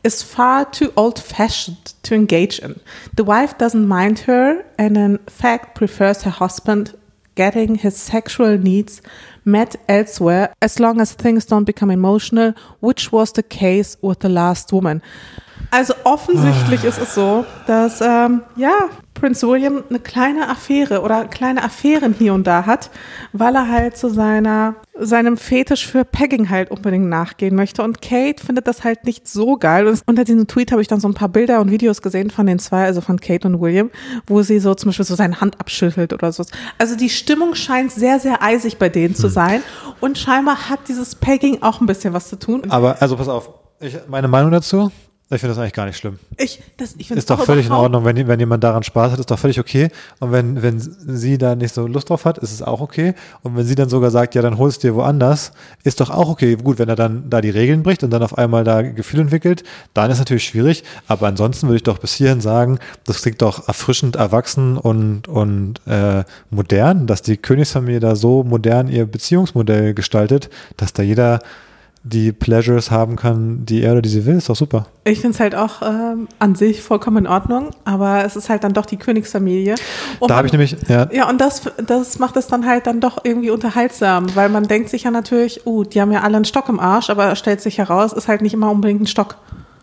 S3: is far too old-fashioned to engage in. The wife doesn't mind her and in fact prefers her husband getting his sexual needs met elsewhere as long as things don't become emotional, which was the case with the last woman. Also offensichtlich ist es so, dass ähm, ja, Prince William eine kleine Affäre oder kleine Affären hier und da hat, weil er halt zu seiner, seinem Fetisch für Pegging halt unbedingt nachgehen möchte. Und Kate findet das halt nicht so geil. Und unter diesem Tweet habe ich dann so ein paar Bilder und Videos gesehen von den zwei, also von Kate und William, wo sie so zum Beispiel so seine Hand abschüttelt oder so. Also die Stimmung scheint sehr, sehr eisig bei denen zu sein. Und scheinbar hat dieses Pegging auch ein bisschen was zu tun.
S2: Aber, also pass auf, ich, meine Meinung dazu, ich finde das eigentlich gar nicht schlimm.
S3: Ich, das, ich
S2: ist doch völlig in Ordnung, wenn, wenn jemand daran Spaß hat, ist doch völlig okay. Und wenn, wenn sie da nicht so Lust drauf hat, ist es auch okay. Und wenn sie dann sogar sagt, ja, dann holst du dir woanders, ist doch auch okay. Gut, wenn er dann da die Regeln bricht und dann auf einmal da Gefühl entwickelt, dann ist natürlich schwierig. Aber ansonsten würde ich doch bis hierhin sagen, das klingt doch erfrischend, erwachsen und, und äh, modern, dass die Königsfamilie da so modern ihr Beziehungsmodell gestaltet, dass da jeder die Pleasures haben kann, die er oder die sie will, ist doch super.
S3: Ich finde es halt auch ähm, an sich vollkommen in Ordnung, aber es ist halt dann doch die Königsfamilie. Und
S2: da habe ich nämlich, ja.
S3: Ja, und das, das macht es dann halt dann doch irgendwie unterhaltsam, weil man denkt sich ja natürlich, oh, die haben ja alle einen Stock im Arsch, aber stellt sich heraus, ist halt nicht immer unbedingt ein Stock.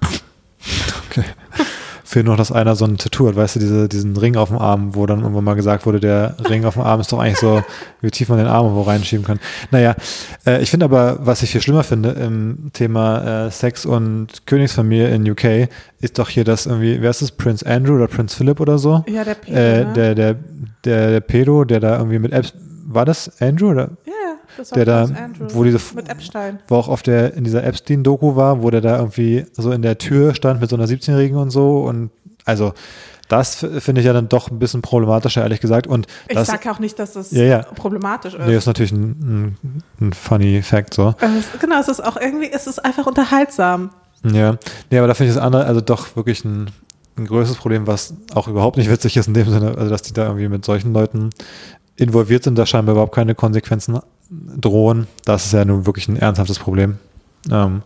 S2: Okay. Fehlt noch, dass einer so ein Tattoo hat, weißt du, diese, diesen Ring auf dem Arm, wo dann irgendwann mal gesagt wurde, der Ring auf dem Arm ist doch eigentlich so, wie tief man den Arm wo reinschieben kann. Naja, äh, ich finde aber, was ich viel schlimmer finde im Thema äh, Sex und Königsfamilie in U K, ist doch hier das irgendwie, wer ist das, Prince Andrew oder Prince Philip oder so?
S3: Ja, der Pedo,
S2: äh,
S3: ne?
S2: der, der, der, der Pedo, der da irgendwie mit Ep- war das Andrew oder?
S3: Ja, das war
S2: der da,
S3: Andrew,
S2: wo diese,
S3: mit Epstein.
S2: wo auch auf der, in dieser Epstein-Doku war, wo der da irgendwie so in der Tür stand mit so einer siebzehnjährigen und so und also das f- finde ich ja dann doch ein bisschen problematischer, ehrlich gesagt. Und
S3: ich
S2: das,
S3: sage auch nicht, dass das
S2: ja, ja.
S3: problematisch ist.
S2: Nee, ist natürlich ein, ein, ein funny Fact so.
S3: Es, genau, es ist auch irgendwie, es ist einfach unterhaltsam.
S2: Ja, nee, aber da finde ich das andere, also doch wirklich ein, ein größeres Problem, was auch überhaupt nicht witzig ist in dem Sinne, also dass die da irgendwie mit solchen Leuten involviert sind, da scheinbar überhaupt keine Konsequenzen drohen. Das ist ja nun wirklich ein ernsthaftes Problem. Ähm,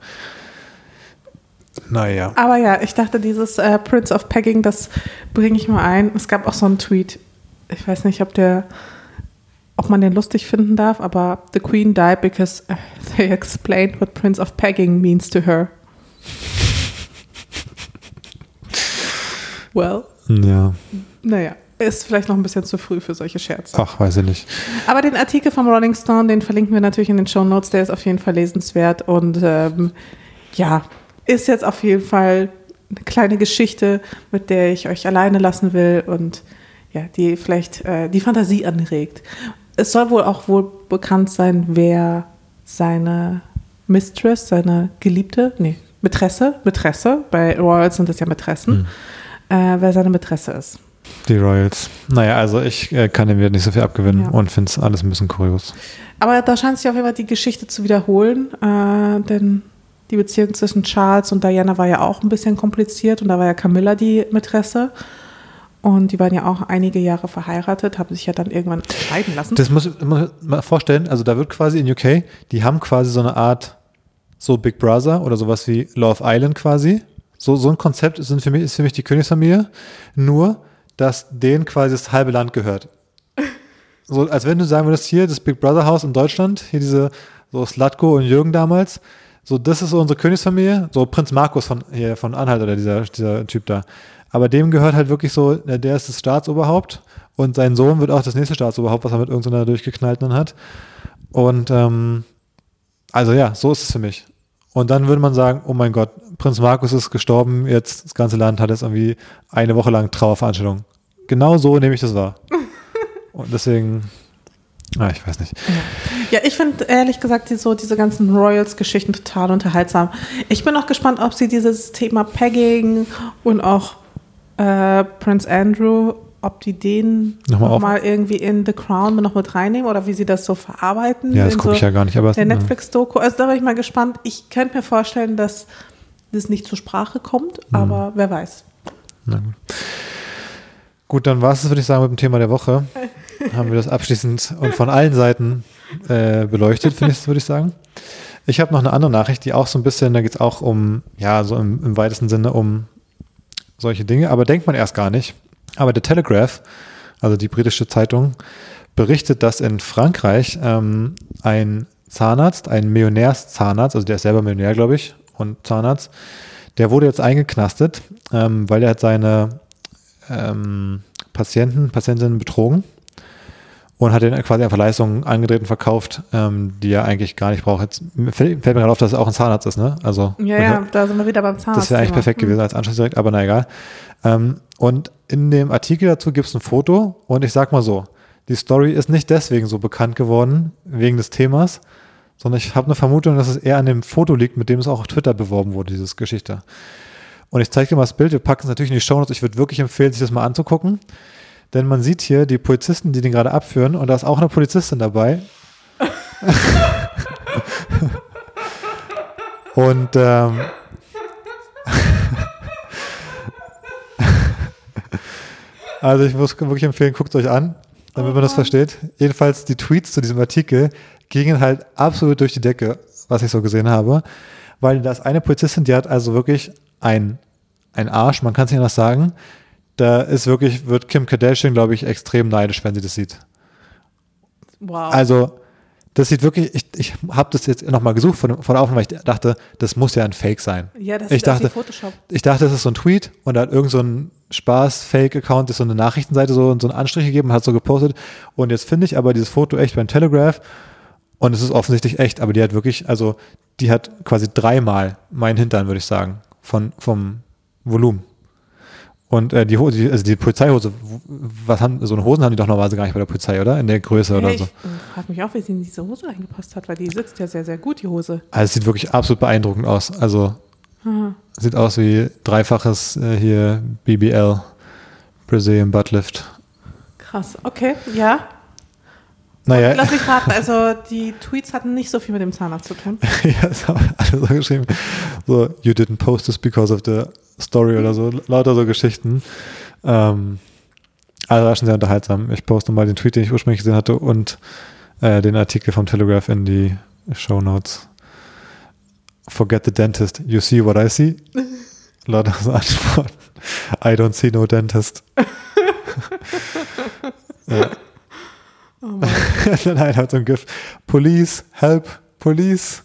S2: Naja.
S3: Aber ja, ich dachte, dieses äh, Prince of Pegging, das bringe ich mal ein. Es gab auch so einen Tweet, ich weiß nicht, ob der, ob man den lustig finden darf, aber the Queen died because they explained what Prince of Pegging means to her. Well.
S2: Ja.
S3: Naja, ist vielleicht noch ein bisschen zu früh für solche Scherze.
S2: Ach, weiß ich nicht.
S3: Aber den Artikel vom Rolling Stone, den verlinken wir natürlich in den Shownotes, der ist auf jeden Fall lesenswert und ähm, ja, ist jetzt auf jeden Fall eine kleine Geschichte, mit der ich euch alleine lassen will und ja, die vielleicht äh, die Fantasie anregt. Es soll wohl auch wohl bekannt sein, wer seine Mistress, seine Geliebte, nee, Mätresse, Mätresse, bei Royals sind das ja Mätressen, hm. äh, wer seine Mätresse ist.
S2: Die Royals. Naja, also ich äh, kann dem wieder nicht so viel abgewinnen
S3: Ja.
S2: und finde es alles ein bisschen kurios.
S3: Aber da scheint sich auf jeden Fall die Geschichte zu wiederholen, äh, denn die Beziehung zwischen Charles und Diana war ja auch ein bisschen kompliziert und da war ja Camilla die Mätresse und die waren ja auch einige Jahre verheiratet, haben sich ja dann irgendwann scheiden lassen.
S2: Das muss man mal vorstellen, also da wird quasi in U K, die haben quasi so eine Art so Big Brother oder sowas wie Love Island quasi. So, so ein Konzept sind für mich, ist für mich die Königsfamilie, nur dass denen quasi das halbe Land gehört. So, als wenn du sagen würdest, hier das Big Brother Haus in Deutschland, hier diese so Slatko und Jürgen damals, so, das ist so unsere Königsfamilie, so Prinz Markus von hier von Anhalt oder dieser, dieser Typ da. Aber dem gehört halt wirklich so, der ist das Staatsoberhaupt und sein Sohn wird auch das nächste Staatsoberhaupt, was er mit irgendeiner durchgeknallten hat. Und ähm, also ja, so ist es für mich. Und dann würde man sagen, oh mein Gott, Prinz Markus ist gestorben, jetzt das ganze Land hat jetzt irgendwie eine Woche lang Trauerveranstaltung. Genau so nehme ich das wahr. Und deswegen... Ah, ich weiß nicht.
S3: Ja, ich finde ehrlich gesagt die, so diese ganzen Royals-Geschichten total unterhaltsam. Ich bin auch gespannt, ob sie dieses Thema Pegging und auch äh, Prince Andrew, ob die den
S2: Nochmal
S3: nochmal noch irgendwie in The Crown noch mit reinnehmen oder wie sie das so verarbeiten.
S2: Ja, das gucke
S3: so
S2: ich ja gar nicht. Aber
S3: der Netflix-Doku. Also da bin ich mal gespannt. Ich könnte mir vorstellen, dass das nicht zur Sprache kommt, mhm. aber wer weiß.
S2: Na gut. Gut, dann war es, würde ich sagen, mit dem Thema der Woche. Haben wir das abschließend und von allen Seiten äh, beleuchtet, finde ich, würde ich sagen. Ich habe noch eine andere Nachricht, die auch so ein bisschen, da geht es auch um, ja, so im, im weitesten Sinne um solche Dinge, aber denkt man erst gar nicht. Aber der Telegraph, also die britische Zeitung, berichtet, dass in Frankreich ähm, ein Zahnarzt, ein Millionärszahnarzt, also der ist selber Millionär, glaube ich, und Zahnarzt, der wurde jetzt eingeknastet, ähm, weil er hat seine ähm, Patienten, Patientinnen betrogen und hat denen quasi einfach Leistungen angedreht und verkauft, ähm, die er eigentlich gar nicht braucht. Jetzt fällt mir gerade auf, dass er auch ein Zahnarzt ist, ne? Also,
S3: ja, ja, da sind wir wieder beim Zahnarzt.
S2: Das wäre eigentlich perfekt gewesen als Anschluss direkt, aber na egal. Ähm, und in dem Artikel dazu gibt es ein Foto und ich sag mal so, die Story ist nicht deswegen so bekannt geworden, wegen des Themas, sondern ich habe eine Vermutung, dass es eher an dem Foto liegt, mit dem es auch auf Twitter beworben wurde, diese Geschichte. Und ich zeige dir mal das Bild, wir packen es natürlich in die Shownotes, ich würde wirklich empfehlen, sich das mal anzugucken, denn man sieht hier die Polizisten, die den gerade abführen und da ist auch eine Polizistin dabei. Und ähm, also ich muss wirklich empfehlen, guckt euch an, damit man das versteht. Jedenfalls die Tweets zu diesem Artikel gingen halt absolut durch die Decke, was ich so gesehen habe, weil da ist eine Polizistin, die hat also wirklich ein, ein Arsch, man kann es nicht anders sagen. Da ist wirklich, wird Kim Kardashian, glaube ich, extrem neidisch, wenn sie das sieht.
S3: Wow.
S2: Also, das sieht wirklich, ich, ich habe das jetzt nochmal gesucht von, von der Aufnahme, weil ich dachte, das muss ja ein Fake sein.
S3: Ja, das
S2: ich
S3: ist
S2: dachte,
S3: Photoshop.
S2: Ich dachte, das ist so ein Tweet und da hat irgend so ein Spaß-Fake-Account, ist so eine Nachrichtenseite so, so einen Anstrich gegeben und hat so gepostet. Und jetzt finde ich aber dieses Foto echt beim Telegraph und es ist offensichtlich echt, aber die hat wirklich, also die hat quasi dreimal meinen Hintern, würde ich sagen, von, vom Volumen. Und äh, die, die, also die Polizeihose, was haben, so eine Hosen haben die doch normalerweise gar nicht bei der Polizei, oder? In der Größe
S3: hey,
S2: oder so.
S3: Ich frage mich auch, wie sie in diese Hose reingepasst hat, weil die sitzt ja sehr, sehr gut, die Hose.
S2: Also es sieht wirklich absolut beeindruckend aus. Also
S3: Aha.
S2: Sieht aus wie dreifaches äh, hier B B L, Brazilian Butt Lift.
S3: Krass, okay, ja.
S2: Naja.
S3: Und lass mich raten, also die Tweets hatten nicht so viel mit dem Zahnarzt zu tun.
S2: Ja, das haben alle so geschrieben. So, you didn't post this because of the story oder so, lauter so Geschichten. Ähm, also war schon sehr unterhaltsam. Ich poste mal den Tweet, den ich ursprünglich gesehen hatte und äh, den Artikel vom Telegraph in die Shownotes. Forget the dentist. You see what I see? Lauter so Antworten. I don't see no dentist. Ja.
S3: Oh Mann.
S2: Dann halt so ein GIF. Police, help, police.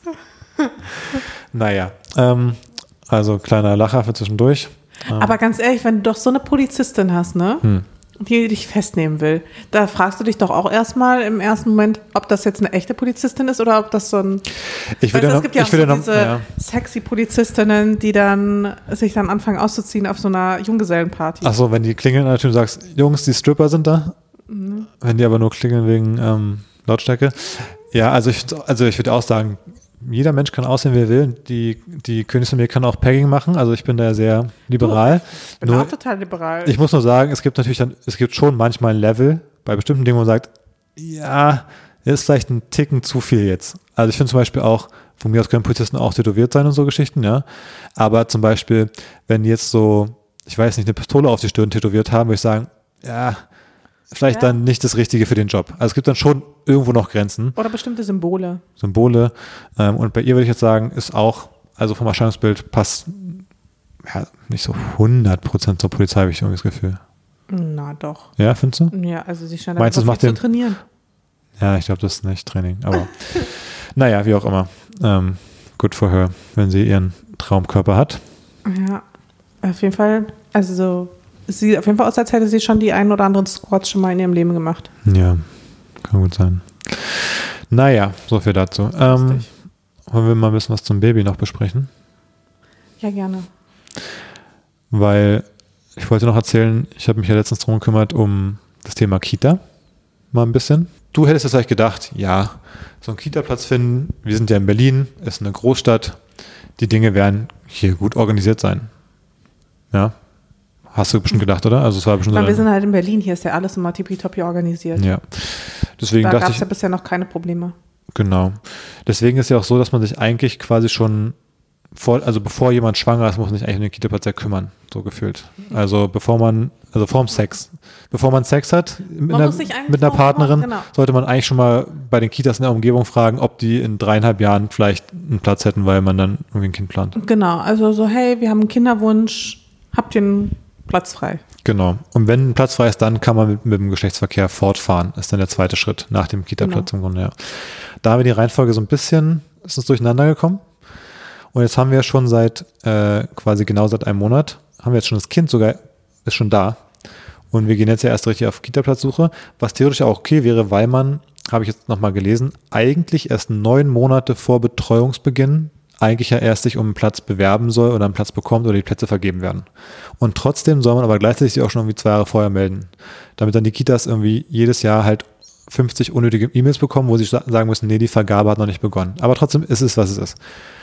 S2: Naja, ähm, also kleiner Lacher für zwischendurch. Ähm,
S3: Aber ganz ehrlich, wenn du doch so eine Polizistin hast, ne,
S2: hm.
S3: die dich festnehmen will, da fragst du dich doch auch erstmal im ersten Moment, ob das jetzt eine echte Polizistin ist oder ob das so ein...
S2: Ich will
S3: weißt,
S2: ja noch,
S3: es gibt ja auch
S2: ich will
S3: so
S2: ja noch,
S3: diese
S2: ja.
S3: sexy Polizistinnen, die dann sich dann anfangen auszuziehen auf so einer Junggesellenparty.
S2: Ach so, wenn die klingeln und du sagst, Jungs, die Stripper sind da.
S3: Mhm.
S2: Wenn die aber nur klingeln wegen ähm, Lautstärke. Ja, also ich, also ich würde auch sagen, jeder Mensch kann aussehen, wie er will. Die, die Königsfamilie kann auch Pegging machen. Also ich bin da sehr liberal.
S3: Ich bin
S2: nur,
S3: auch total liberal.
S2: Ich muss nur sagen, es gibt natürlich dann, es gibt schon manchmal ein Level bei bestimmten Dingen, wo man sagt, ja, ist vielleicht ein Ticken zu viel jetzt. Also ich finde zum Beispiel auch, von mir aus können Polizisten auch tätowiert sein und so Geschichten, ja. Aber zum Beispiel, wenn die jetzt so, ich weiß nicht, eine Pistole auf die Stirn tätowiert haben, würde ich sagen, ja, vielleicht
S3: ja.
S2: dann nicht das Richtige für den Job. Also es gibt dann schon irgendwo noch Grenzen.
S3: Oder bestimmte Symbole.
S2: Symbole. Ähm, und bei ihr würde ich jetzt sagen, ist auch, also vom Erscheinungsbild passt ja, nicht so hundert Prozent zur Polizei, habe ich irgendwie das Gefühl.
S3: Na doch.
S2: Ja, findest du?
S3: Ja, also sie scheint
S2: Meinst du,
S3: einfach
S2: das
S3: viel
S2: macht
S3: zu
S2: den-
S3: trainieren.
S2: Ja, ich glaube, das ist nicht Training. Aber naja, wie auch immer. Ähm, good for her, wenn sie ihren Traumkörper hat.
S3: Ja, auf jeden Fall, also so, es sieht auf jeden Fall aus, als hätte sie schon die ein oder anderen Squats schon mal in ihrem Leben gemacht.
S2: Ja, kann gut sein. Naja, so viel dazu. Ähm,
S3: Lustig.
S2: wollen wir mal ein bisschen was zum Baby noch besprechen?
S3: Ja, gerne.
S2: Weil ich wollte noch erzählen, ich habe mich ja letztens drum gekümmert um das Thema Kita. Mal ein bisschen. Du hättest jetzt vielleicht gedacht, ja, so einen Kita-Platz finden, wir sind ja in Berlin, ist eine Großstadt, die Dinge werden hier gut organisiert sein. Ja, hast du bestimmt gedacht, oder? Also es war bestimmt
S3: Weil
S2: so
S3: wir
S2: eine-
S3: sind halt in Berlin, hier ist ja alles immer tippitoppi organisiert.
S2: ja. Deswegen
S3: Da
S2: dachte
S3: gab
S2: ich,
S3: es ja bisher noch keine Probleme.
S2: genau. Deswegen ist ja auch so, dass man sich eigentlich quasi schon vor, also bevor jemand schwanger ist, muss man sich eigentlich um den Kita-Platz ja kümmern, so gefühlt. Also bevor man, also vorm Sex. Bevor man Sex hat mit, einer, mit einer Partnerin, genau. sollte man eigentlich schon mal bei den Kitas in der Umgebung fragen, ob die in dreieinhalb Jahren vielleicht einen Platz hätten, weil man dann irgendwie ein Kind plant.
S3: Genau, also so, hey, wir haben einen Kinderwunsch, habt ihr einen Platz frei?
S2: Genau. Und wenn ein Platz frei ist, dann kann man mit, mit dem Geschlechtsverkehr fortfahren. Ist dann der zweite Schritt nach dem Kita-Platz genau. im Grunde, ja. Da haben wir die Reihenfolge so ein bisschen, ist uns durcheinander gekommen. Und jetzt haben wir schon seit, äh, quasi genau seit einem Monat, haben wir jetzt schon das Kind sogar, ist schon da. Und wir gehen jetzt ja erst richtig auf Kita-Platzsuche, was theoretisch auch okay wäre, weil man, habe ich jetzt nochmal gelesen, eigentlich erst neun Monate vor Betreuungsbeginn eigentlich ja erst sich um einen Platz bewerben soll oder einen Platz bekommt oder die Plätze vergeben werden. Und trotzdem soll man aber gleichzeitig sich auch schon irgendwie zwei Jahre vorher melden, damit dann die Kitas irgendwie jedes Jahr halt fünfzig unnötige E-Mails bekommen, wo sie sagen müssen, nee, die Vergabe hat noch nicht begonnen. Aber trotzdem ist es, was es ist.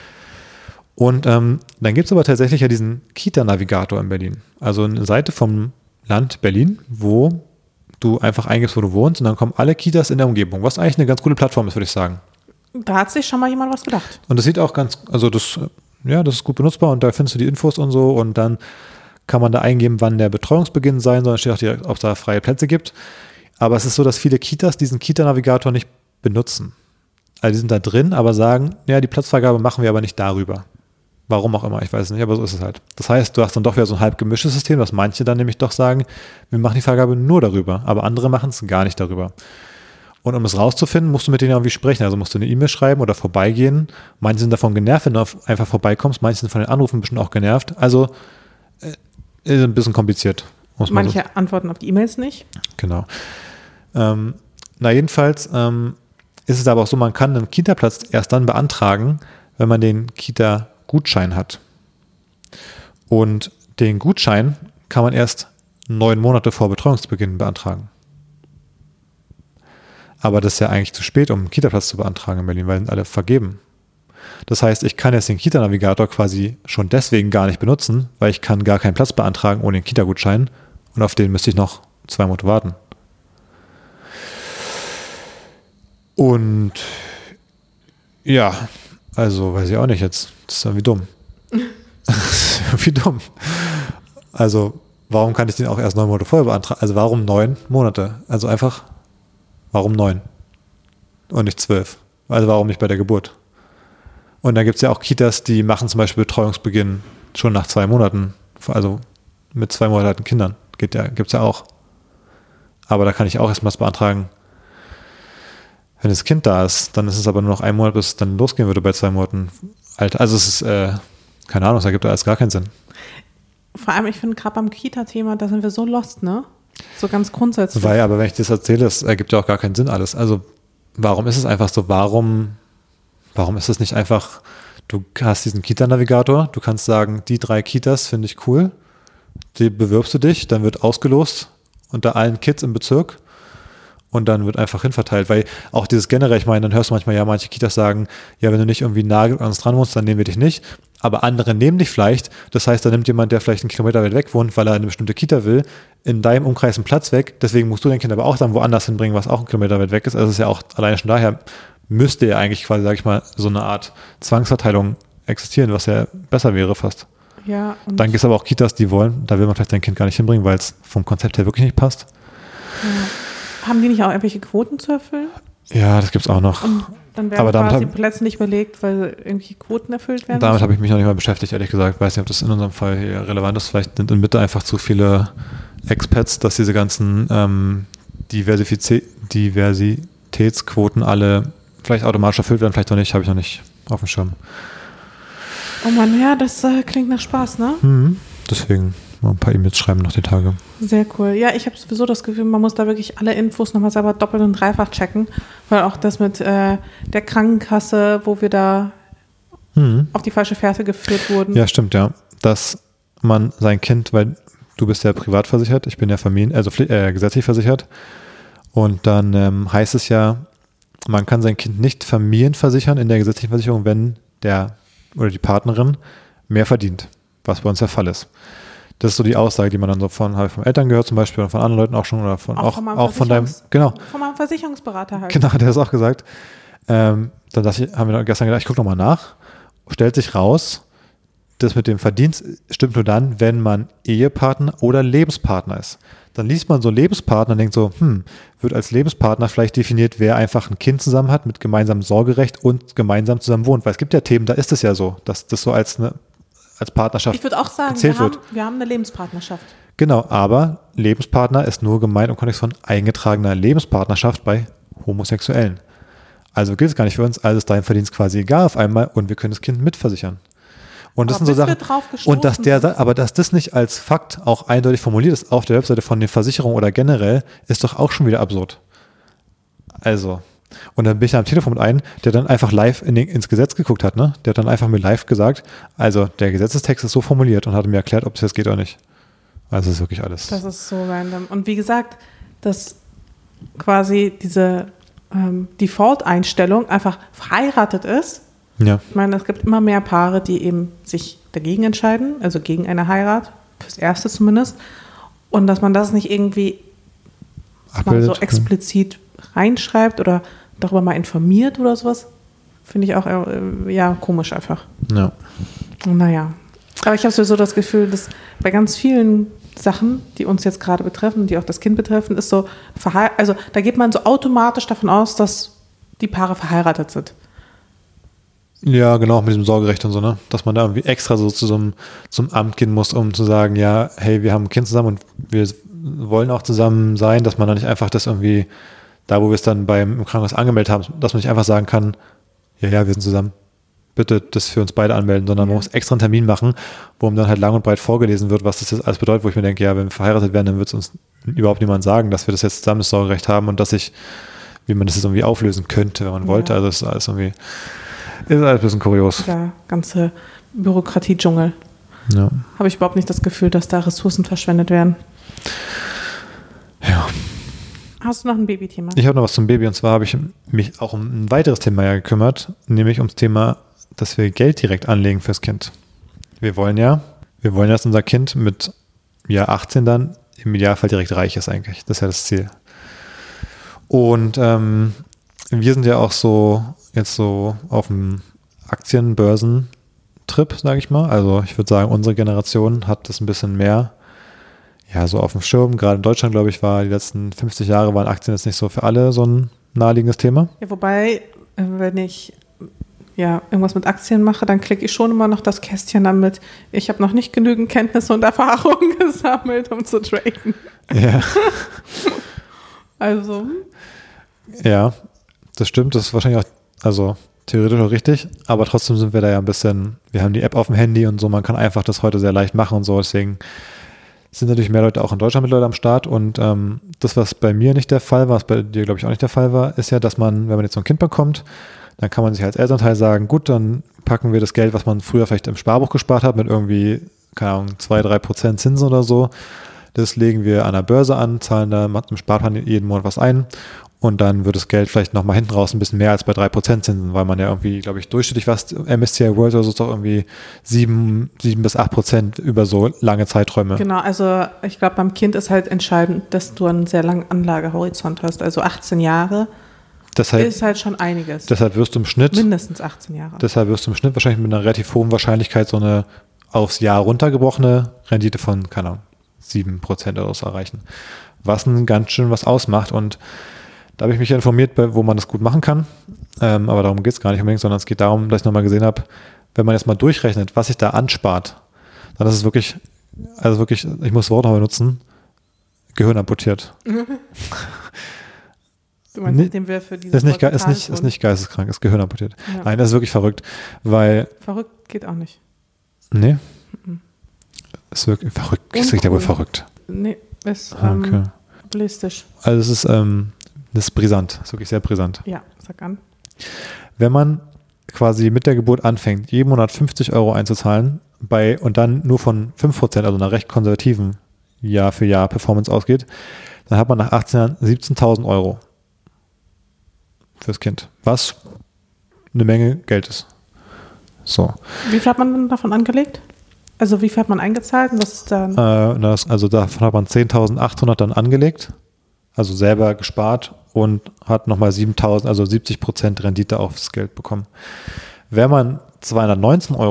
S2: Und ähm, dann gibt es aber tatsächlich ja diesen Kita-Navigator in Berlin. Also eine Seite vom Land Berlin, wo du einfach eingibst, wo du wohnst und dann kommen alle Kitas in der Umgebung, was eigentlich eine ganz coole Plattform ist, würde ich sagen.
S3: Da hat sich schon mal jemand was gedacht.
S2: Und das sieht auch ganz, also das, ja, das ist gut benutzbar und da findest du die Infos und so und dann kann man da eingeben, wann der Betreuungsbeginn sein soll, dann steht auch direkt, ob es da freie Plätze gibt. Aber es ist so, dass viele Kitas diesen Kita-Navigator nicht benutzen. Also die sind da drin, aber sagen, ja, die Platzvergabe machen wir aber nicht darüber. Warum auch immer, ich weiß es nicht, aber so ist es halt. Das heißt, du hast dann doch wieder so ein halb gemischtes System, dass manche dann nämlich doch sagen, wir machen die Vergabe nur darüber, aber andere machen es gar nicht darüber. Und um es rauszufinden, musst du mit denen irgendwie sprechen. Also musst du eine E-Mail schreiben oder vorbeigehen. Manche sind davon genervt, wenn du einfach vorbeikommst. Manche sind von den Anrufen bestimmt auch genervt. Also äh, ist ein bisschen kompliziert. Muss man
S3: Manche
S2: so.
S3: antworten auf die E-Mails nicht.
S2: Genau. Ähm, na jedenfalls ähm, ist es aber auch so, man kann einen Kita-Platz erst dann beantragen, wenn man den Kita-Gutschein hat. Und den Gutschein kann man erst neun Monate vor Betreuungsbeginn beantragen. Aber das ist ja eigentlich zu spät, um einen Kita-Platz zu beantragen in Berlin, weil sind alle vergeben. Das heißt, ich kann jetzt den Kita-Navigator quasi schon deswegen gar nicht benutzen, weil ich kann gar keinen Platz beantragen ohne den Kita-Gutschein und auf den müsste ich noch zwei Monate warten. Und ja, also weiß ich auch nicht jetzt. Das ist irgendwie dumm. Das ist irgendwie dumm. Also warum kann ich den auch erst neun Monate vorher beantragen? Also warum neun Monate? Also einfach warum neun und nicht zwölf? Also warum nicht bei der Geburt? Und da gibt es ja auch Kitas, die machen zum Beispiel Betreuungsbeginn schon nach zwei Monaten, also mit zwei Monaten Kindern. Geht ja, gibt es ja auch. Aber da kann ich auch erstmal was beantragen, wenn das Kind da ist. Dann ist es aber nur noch ein Monat, bis es dann losgehen würde bei zwei Monaten alt. Also es ist, äh, keine Ahnung, es ergibt alles gar keinen Sinn.
S3: Vor allem, ich finde gerade beim Kita-Thema, da sind wir so lost, ne? So ganz grundsätzlich.
S2: Weil, aber wenn ich das erzähle, das ergibt ja auch gar keinen Sinn alles. Also warum ist es einfach so? Warum, warum ist es nicht einfach, du hast diesen Kita-Navigator, du kannst sagen, die drei Kitas finde ich cool, die bewirbst du dich, dann wird ausgelost unter allen Kids im Bezirk und dann wird einfach hinverteilt. Weil auch dieses generell, ich meine, dann hörst du manchmal, ja, manche Kitas sagen, ja, wenn du nicht irgendwie nah an uns dran wohnst, dann nehmen wir dich nicht. Aber andere nehmen dich vielleicht. Das heißt, da nimmt jemand, der vielleicht einen Kilometer weit weg wohnt, weil er eine bestimmte Kita will, in deinem Umkreis einen Platz weg. Deswegen musst du dein Kind aber auch dann woanders hinbringen, was auch einen Kilometer weit weg ist. Also es ist ja auch alleine schon daher, müsste ja eigentlich quasi, sag ich mal, so eine Art Zwangsverteilung existieren, was ja besser wäre fast.
S3: Ja. Und
S2: dann gibt es aber auch Kitas, die wollen, da will man vielleicht sein Kind gar nicht hinbringen, weil es vom Konzept her wirklich nicht passt.
S3: Ja. Haben die nicht auch irgendwelche Quoten zu erfüllen?
S2: Ja, das gibt es auch noch.
S3: Und dann werden
S2: aber
S3: quasi
S2: hab,
S3: Plätze nicht belegt, weil irgendwelche Quoten erfüllt werden?
S2: Damit habe ich mich noch nicht mal beschäftigt, ehrlich gesagt. Ich weiß nicht, ob das in unserem Fall hier relevant ist. Vielleicht sind in Mitte einfach zu viele Expats, dass diese ganzen ähm, Diversifiz- Diversitätsquoten alle vielleicht automatisch erfüllt werden, vielleicht auch nicht, habe ich noch nicht auf dem Schirm.
S3: Oh Mann, ja, das äh, klingt nach Spaß, ne?
S2: Mhm. Deswegen mal ein paar E-Mails schreiben noch die Tage.
S3: Sehr cool. Ja, ich habe sowieso das Gefühl, man muss da wirklich alle Infos nochmal selber doppelt und dreifach checken, weil auch das mit äh, der Krankenkasse, wo wir da mhm. auf die falsche Fährte geführt wurden.
S2: Ja, stimmt, ja. Dass man sein Kind, weil du bist ja privat versichert, ich bin ja Familien, also äh, gesetzlich versichert und dann ähm, heißt es ja, man kann sein Kind nicht familienversichern in der gesetzlichen Versicherung, wenn der oder die Partnerin mehr verdient, was bei uns der Fall ist. Das ist so die Aussage, die man dann so von, habe ich von Eltern gehört zum Beispiel oder von anderen Leuten auch schon oder von auch, auch, auch von deinem, genau.
S3: Von meinem Versicherungsberater halt.
S2: Genau, der hat es auch gesagt. Ähm, dann dachte ich, haben wir gestern gedacht, ich gucke nochmal nach. Stellt sich raus, das mit dem Verdienst stimmt nur dann, wenn man Ehepartner oder Lebenspartner ist. Dann liest man so Lebenspartner und denkt so, hm, wird als Lebenspartner vielleicht definiert, wer einfach ein Kind zusammen hat mit gemeinsamem Sorgerecht und gemeinsam zusammen wohnt. Weil es gibt ja Themen, da ist es ja so, dass das so als, eine, als Partnerschaft
S3: Ich würde auch sagen, wir
S2: gezählt
S3: haben,
S2: wird.
S3: wir haben eine Lebenspartnerschaft.
S2: Genau, aber Lebenspartner ist nur gemeint im Kontext von eingetragener Lebenspartnerschaft bei Homosexuellen. Also gilt es gar nicht für uns, also ist dein Verdienst quasi egal auf einmal und wir können das Kind mitversichern. Und das
S3: Aber
S2: sind so
S3: bis wir
S2: Sachen.
S3: drauf gestoßen
S2: Und dass der,
S3: sind.
S2: aber dass das nicht als Fakt auch eindeutig formuliert ist auf der Webseite von den Versicherungen oder generell, ist doch auch schon wieder absurd. Also. Und dann bin ich da am Telefon mit einem, der dann einfach live in den, ins Gesetz geguckt hat, ne? Der hat dann einfach mir live gesagt, also der Gesetzestext ist so formuliert und hat mir erklärt, ob das jetzt geht oder nicht. Also das ist wirklich alles.
S3: Das ist so random. Und wie gesagt, dass quasi diese ähm, Default-Einstellung einfach verheiratet ist.
S2: Ja.
S3: Ich meine, es gibt immer mehr Paare, die eben sich dagegen entscheiden, also gegen eine Heirat, fürs Erste zumindest. Und dass man das nicht irgendwie mal
S2: Abbildet,
S3: so explizit reinschreibt oder darüber mal informiert oder sowas, finde ich auch äh, ja komisch einfach.
S2: Ja.
S3: Naja. Aber ich habe so das Gefühl, dass bei ganz vielen Sachen, die uns jetzt gerade betreffen, die auch das Kind betreffen, ist so, verhei- also da geht man so automatisch davon aus, dass die Paare verheiratet sind.
S2: Ja, genau, mit diesem Sorgerecht und so, ne? Dass man da irgendwie extra so zu so einem, zum Amt gehen muss, um zu sagen, ja, hey, wir haben ein Kind zusammen und wir wollen auch zusammen sein, dass man dann nicht einfach das irgendwie, da wo wir es dann beim im Krankenhaus angemeldet haben, dass man nicht einfach sagen kann, ja, ja, wir sind zusammen. Bitte das für uns beide anmelden, sondern man muss extra einen Termin machen, wo dann halt lang und breit vorgelesen wird, was das jetzt alles bedeutet, wo ich mir denke, ja, wenn wir verheiratet werden, dann wird es uns überhaupt niemand sagen, dass wir das jetzt zusammen das Sorgerecht haben und dass ich, wie man das jetzt irgendwie auflösen könnte, wenn man
S3: Ja.
S2: wollte. Also das ist alles irgendwie, ist alles ein bisschen kurios.
S3: Der ganze Bürokratie-Dschungel.
S2: Ja.
S3: Habe ich überhaupt nicht das Gefühl, dass da Ressourcen verschwendet werden.
S2: Ja.
S3: Hast du noch ein Babythema?
S2: Ich habe noch was zum Baby und zwar habe ich mich auch um ein weiteres Thema ja gekümmert, nämlich ums Thema, dass wir Geld direkt anlegen fürs Kind. Wir wollen ja, wir wollen ja, dass unser Kind mit ja, achtzehn dann im Idealfall direkt reich ist eigentlich. Das ist ja das Ziel. Und ähm, wir sind ja auch so jetzt so auf dem Aktienbörsen-Trip, sage ich mal. Also ich würde sagen, unsere Generation hat das ein bisschen mehr ja, so auf dem Schirm. Gerade in Deutschland, glaube ich, war die letzten fünfzig Jahre waren Aktien jetzt nicht so für alle so ein naheliegendes Thema.
S3: Ja, wobei, äh, wenn ich ja, irgendwas mit Aktien mache, dann klicke ich schon immer noch das Kästchen damit. Ich habe noch nicht genügend Kenntnisse und Erfahrung gesammelt, um zu traden.
S2: Ja.
S3: Also.
S2: Ja, das stimmt. Das ist wahrscheinlich auch, also theoretisch auch richtig, aber trotzdem sind wir da ja ein bisschen, wir haben die App auf dem Handy und so, man kann einfach das heute sehr leicht machen und so, deswegen sind natürlich mehr Leute auch in Deutschland mit Leuten am Start und ähm, das, was bei mir nicht der Fall war, was bei dir, glaube ich, auch nicht der Fall war, ist ja, dass man, wenn man jetzt so ein Kind bekommt, dann kann man sich als Elternteil sagen, gut, dann packen wir das Geld, was man früher vielleicht im Sparbuch gespart hat, mit irgendwie, keine Ahnung, zwei, drei Prozent Zinsen oder so, das legen wir an der Börse an, zahlen da im Sparplan jeden Monat was ein und dann wird das Geld vielleicht nochmal hinten raus ein bisschen mehr als bei drei Prozent Zinsen, weil man ja irgendwie, glaube ich, durchschnittlich was, M S C I World oder so ist doch irgendwie sieben bis acht Prozent über so lange Zeiträume.
S3: Genau, also ich glaube, beim Kind ist halt entscheidend, dass du einen sehr langen Anlagehorizont hast. Also achtzehn Jahre
S2: deshalb,
S3: ist halt schon einiges.
S2: Deshalb wirst du im Schnitt,
S3: mindestens achtzehn Jahre.
S2: Deshalb wirst du im Schnitt wahrscheinlich mit einer relativ hohen Wahrscheinlichkeit so eine aufs Jahr runtergebrochene Rendite von, keine Ahnung, sieben Prozent oder so erreichen. Was ein ganz schön was ausmacht und da habe ich mich informiert, wo man das gut machen kann. Ähm, aber darum geht es gar nicht unbedingt, sondern es geht darum, dass ich nochmal gesehen habe, wenn man jetzt mal durchrechnet, was sich da anspart, dann ist es wirklich, also wirklich, ich muss das Wort noch benutzen, Gehirn amputiert.
S3: Du meinst,
S2: nee,
S3: nachdem wir für dieses
S2: ist nicht,
S3: Wort
S2: ist, nicht,
S3: bezahlt
S2: ist nicht geisteskrank, ist Gehirn amputiert.
S3: Ja.
S2: Nein, das ist wirklich verrückt, weil...
S3: Verrückt geht auch nicht.
S2: Nee. Mhm. Ist wirklich verrückt. Ist ja wohl verrückt.
S3: Nee, ist
S2: Ah, okay.
S3: ähm, ballistisch.
S2: Also es ist, ähm, das ist brisant, ist wirklich sehr brisant.
S3: Ja, sag an.
S2: Wenn man quasi mit der Geburt anfängt, jeden Monat fünfzig Euro einzuzahlen bei und dann nur von fünf Prozent, also einer recht konservativen Jahr für Jahr Performance ausgeht, dann hat man nach achtzehn Jahren siebzehntausend Euro fürs Kind, was eine Menge Geld ist. So.
S3: Wie viel hat man dann davon angelegt? Also wie viel hat man eingezahlt und was ist dann?
S2: Äh, das, also davon hat man zehntausendachthundert dann angelegt, also selber gespart und hat nochmal siebentausend, also siebzig Prozent Rendite aufs Geld bekommen. Wenn man zweihundertneunzehn Euro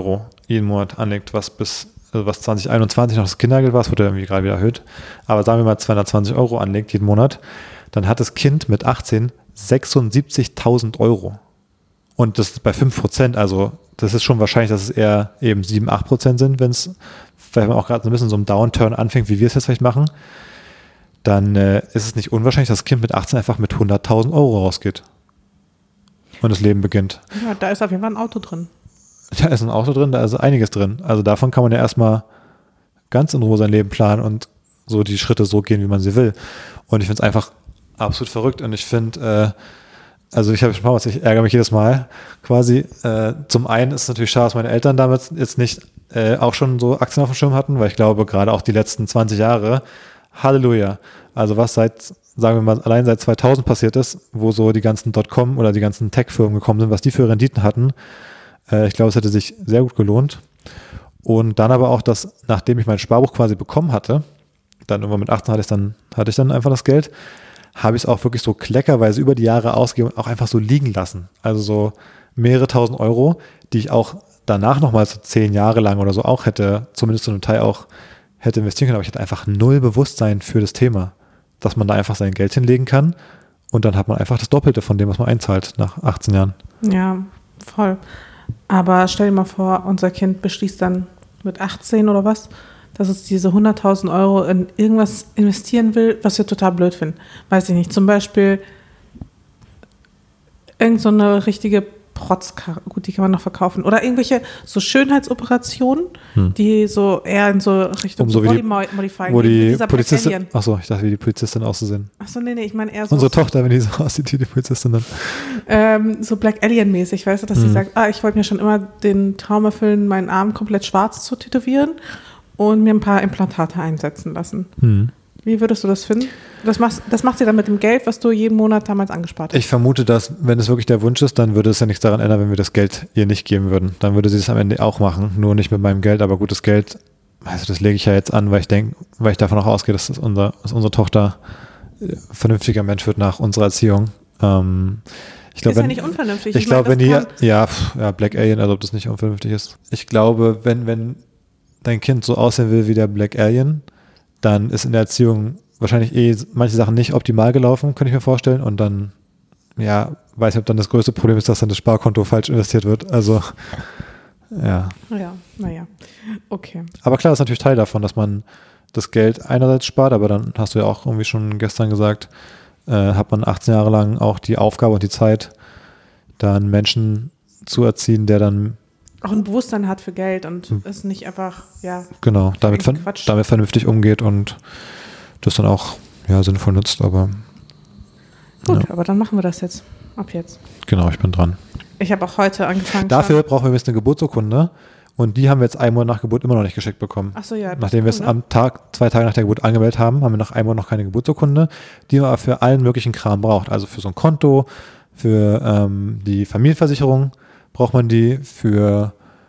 S2: jeden Monat anlegt, was bis, also was zwanzig einundzwanzig noch das Kindergeld war, das wurde irgendwie gerade wieder erhöht, aber sagen wir mal zweihundertzwanzig Euro anlegt jeden Monat, dann hat das Kind mit achtzehn sechsundsiebzigtausend Euro. Und das ist bei fünf Prozent, also das ist schon wahrscheinlich, dass es eher eben sieben, acht Prozent sind, wenn es, wenn man auch gerade so ein bisschen so einem Downturn anfängt, wie wir es jetzt vielleicht machen, dann äh, ist es nicht unwahrscheinlich, dass das Kind mit achtzehn einfach mit hunderttausend Euro rausgeht. Und das Leben beginnt.
S3: Ja, da ist auf jeden Fall ein Auto drin.
S2: Da ist ein Auto drin, da ist einiges drin. Also davon kann man ja erstmal ganz in Ruhe sein Leben planen und so die Schritte so gehen, wie man sie will. Und ich finde es einfach absolut verrückt. Und ich finde, äh, also ich habe schon mal was, ich ärgere mich jedes Mal quasi. Äh, zum einen ist es natürlich schade, dass meine Eltern damals jetzt nicht äh, auch schon so Aktien auf dem Schirm hatten, weil ich glaube, gerade auch die letzten zwanzig Jahre, Halleluja. Also was seit, sagen wir mal, allein seit zweitausend passiert ist, wo so die ganzen Dotcom oder die ganzen Tech-Firmen gekommen sind, was die für Renditen hatten. Äh, ich glaube, es hätte sich sehr gut gelohnt. Und dann aber auch, dass nachdem ich mein Sparbuch quasi bekommen hatte, dann irgendwann mit achtzehn hatte ich dann, hatte ich dann einfach das Geld, habe ich es auch wirklich so kleckerweise über die Jahre ausgegeben und auch einfach so liegen lassen. Also so mehrere tausend Euro, die ich auch danach nochmal so zehn Jahre lang oder so auch hätte, zumindest zu einem Teil auch hätte investieren können, aber ich hatte einfach null Bewusstsein für das Thema, dass man da einfach sein Geld hinlegen kann und dann hat man einfach das Doppelte von dem, was man einzahlt nach achtzehn Jahren.
S3: Ja, voll. Aber stell dir mal vor, unser Kind beschließt dann mit achtzehn oder was, dass es diese hunderttausend Euro in irgendwas investieren will, was wir total blöd finden. Weiß ich nicht, zum Beispiel irgend so eine richtige Protzkarre, gut, die kann man noch verkaufen. Oder irgendwelche so Schönheitsoperationen, hm. die so eher in so Richtung
S2: um so
S3: so
S2: Body
S3: Modifying.
S2: Wo die Polizistin, achso, ich dachte, wie die Polizistin auszusehen.
S3: Achso, nee, nee, ich meine eher so.
S2: Unsere Tochter, wenn die so aussieht, wie die Polizistin dann.
S3: Ähm, so Black Alien-mäßig, weißt du, dass hm. sie sagt, ah, ich wollte mir schon immer den Traum erfüllen, meinen Arm komplett schwarz zu tätowieren und mir ein paar Implantate einsetzen lassen. Hm. Wie würdest du das finden? Das, machst, das macht sie dann mit dem Geld, was du jeden Monat damals angespart hast.
S2: Ich vermute, dass, wenn es wirklich der Wunsch ist, dann würde es ja nichts daran ändern, wenn wir das Geld ihr nicht geben würden. Dann würde sie es am Ende auch machen, nur nicht mit meinem Geld, aber gutes Geld, also das lege ich ja jetzt an, weil ich denke, weil ich davon auch ausgehe, dass, das unser, dass unsere Tochter ein vernünftiger Mensch wird nach unserer Erziehung. Ähm, ich glaub,
S3: ist
S2: wenn,
S3: ja nicht unvernünftig.
S2: Ich, ich glaube, wenn die,
S3: kann
S2: ja, pf, ja, Black Alien, also ob das nicht unvernünftig ist. Ich glaube, wenn, wenn dein Kind so aussehen will wie der Black Alien, dann ist in der Erziehung wahrscheinlich eh manche Sachen nicht optimal gelaufen, könnte ich mir vorstellen. Und dann, ja, weiß ich, ob dann das größte Problem ist, dass dann das Sparkonto falsch investiert wird. Also, ja.
S3: Ja, naja, okay.
S2: Aber klar, das ist natürlich Teil davon, dass man das Geld einerseits spart, aber dann hast du ja auch irgendwie schon gestern gesagt, äh, hat man achtzehn Jahre lang auch die Aufgabe und die Zeit, dann Menschen zu erziehen, der dann
S3: auch ein Bewusstsein hat für Geld und hm. es nicht einfach, ja.
S2: Genau, damit, ver- damit vernünftig umgeht und das dann auch ja, sinnvoll nutzt, aber
S3: gut,
S2: ja.
S3: Aber dann machen wir das jetzt, ab jetzt.
S2: Genau, ich bin dran.
S3: Ich habe auch heute angefangen.
S2: Dafür schon. Brauchen wir jetzt eine Geburtsurkunde und die haben wir jetzt einen Monat nach Geburt immer noch nicht geschickt bekommen.
S3: Ach so, ja.
S2: Nachdem wir es am Tag, zwei Tage nach der Geburt angemeldet haben, haben wir nach einem Monat noch keine Geburtsurkunde, die man aber für allen möglichen Kram braucht. Also für so ein Konto, für ähm, die Familienversicherung braucht man die, für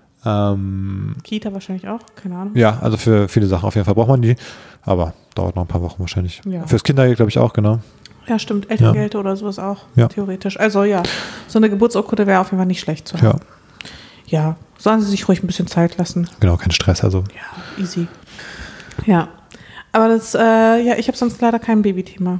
S2: ähm,
S3: Kita wahrscheinlich auch, keine Ahnung.
S2: Ja, also für viele Sachen auf jeden Fall braucht man die, aber dauert noch ein paar Wochen wahrscheinlich.
S3: Ja.
S2: Fürs Kindergeld glaube ich auch, genau.
S3: Ja, stimmt, Elterngeld ja. oder sowas auch,
S2: ja.
S3: theoretisch. Also ja, so eine Geburtsurkunde wäre auf jeden Fall nicht schlecht zu haben. Ja. Ja, sollen sie sich ruhig ein bisschen Zeit lassen.
S2: Genau, kein Stress, also.
S3: Ja, easy. Ja, aber das, äh, ja, ich habe sonst leider kein Babythema.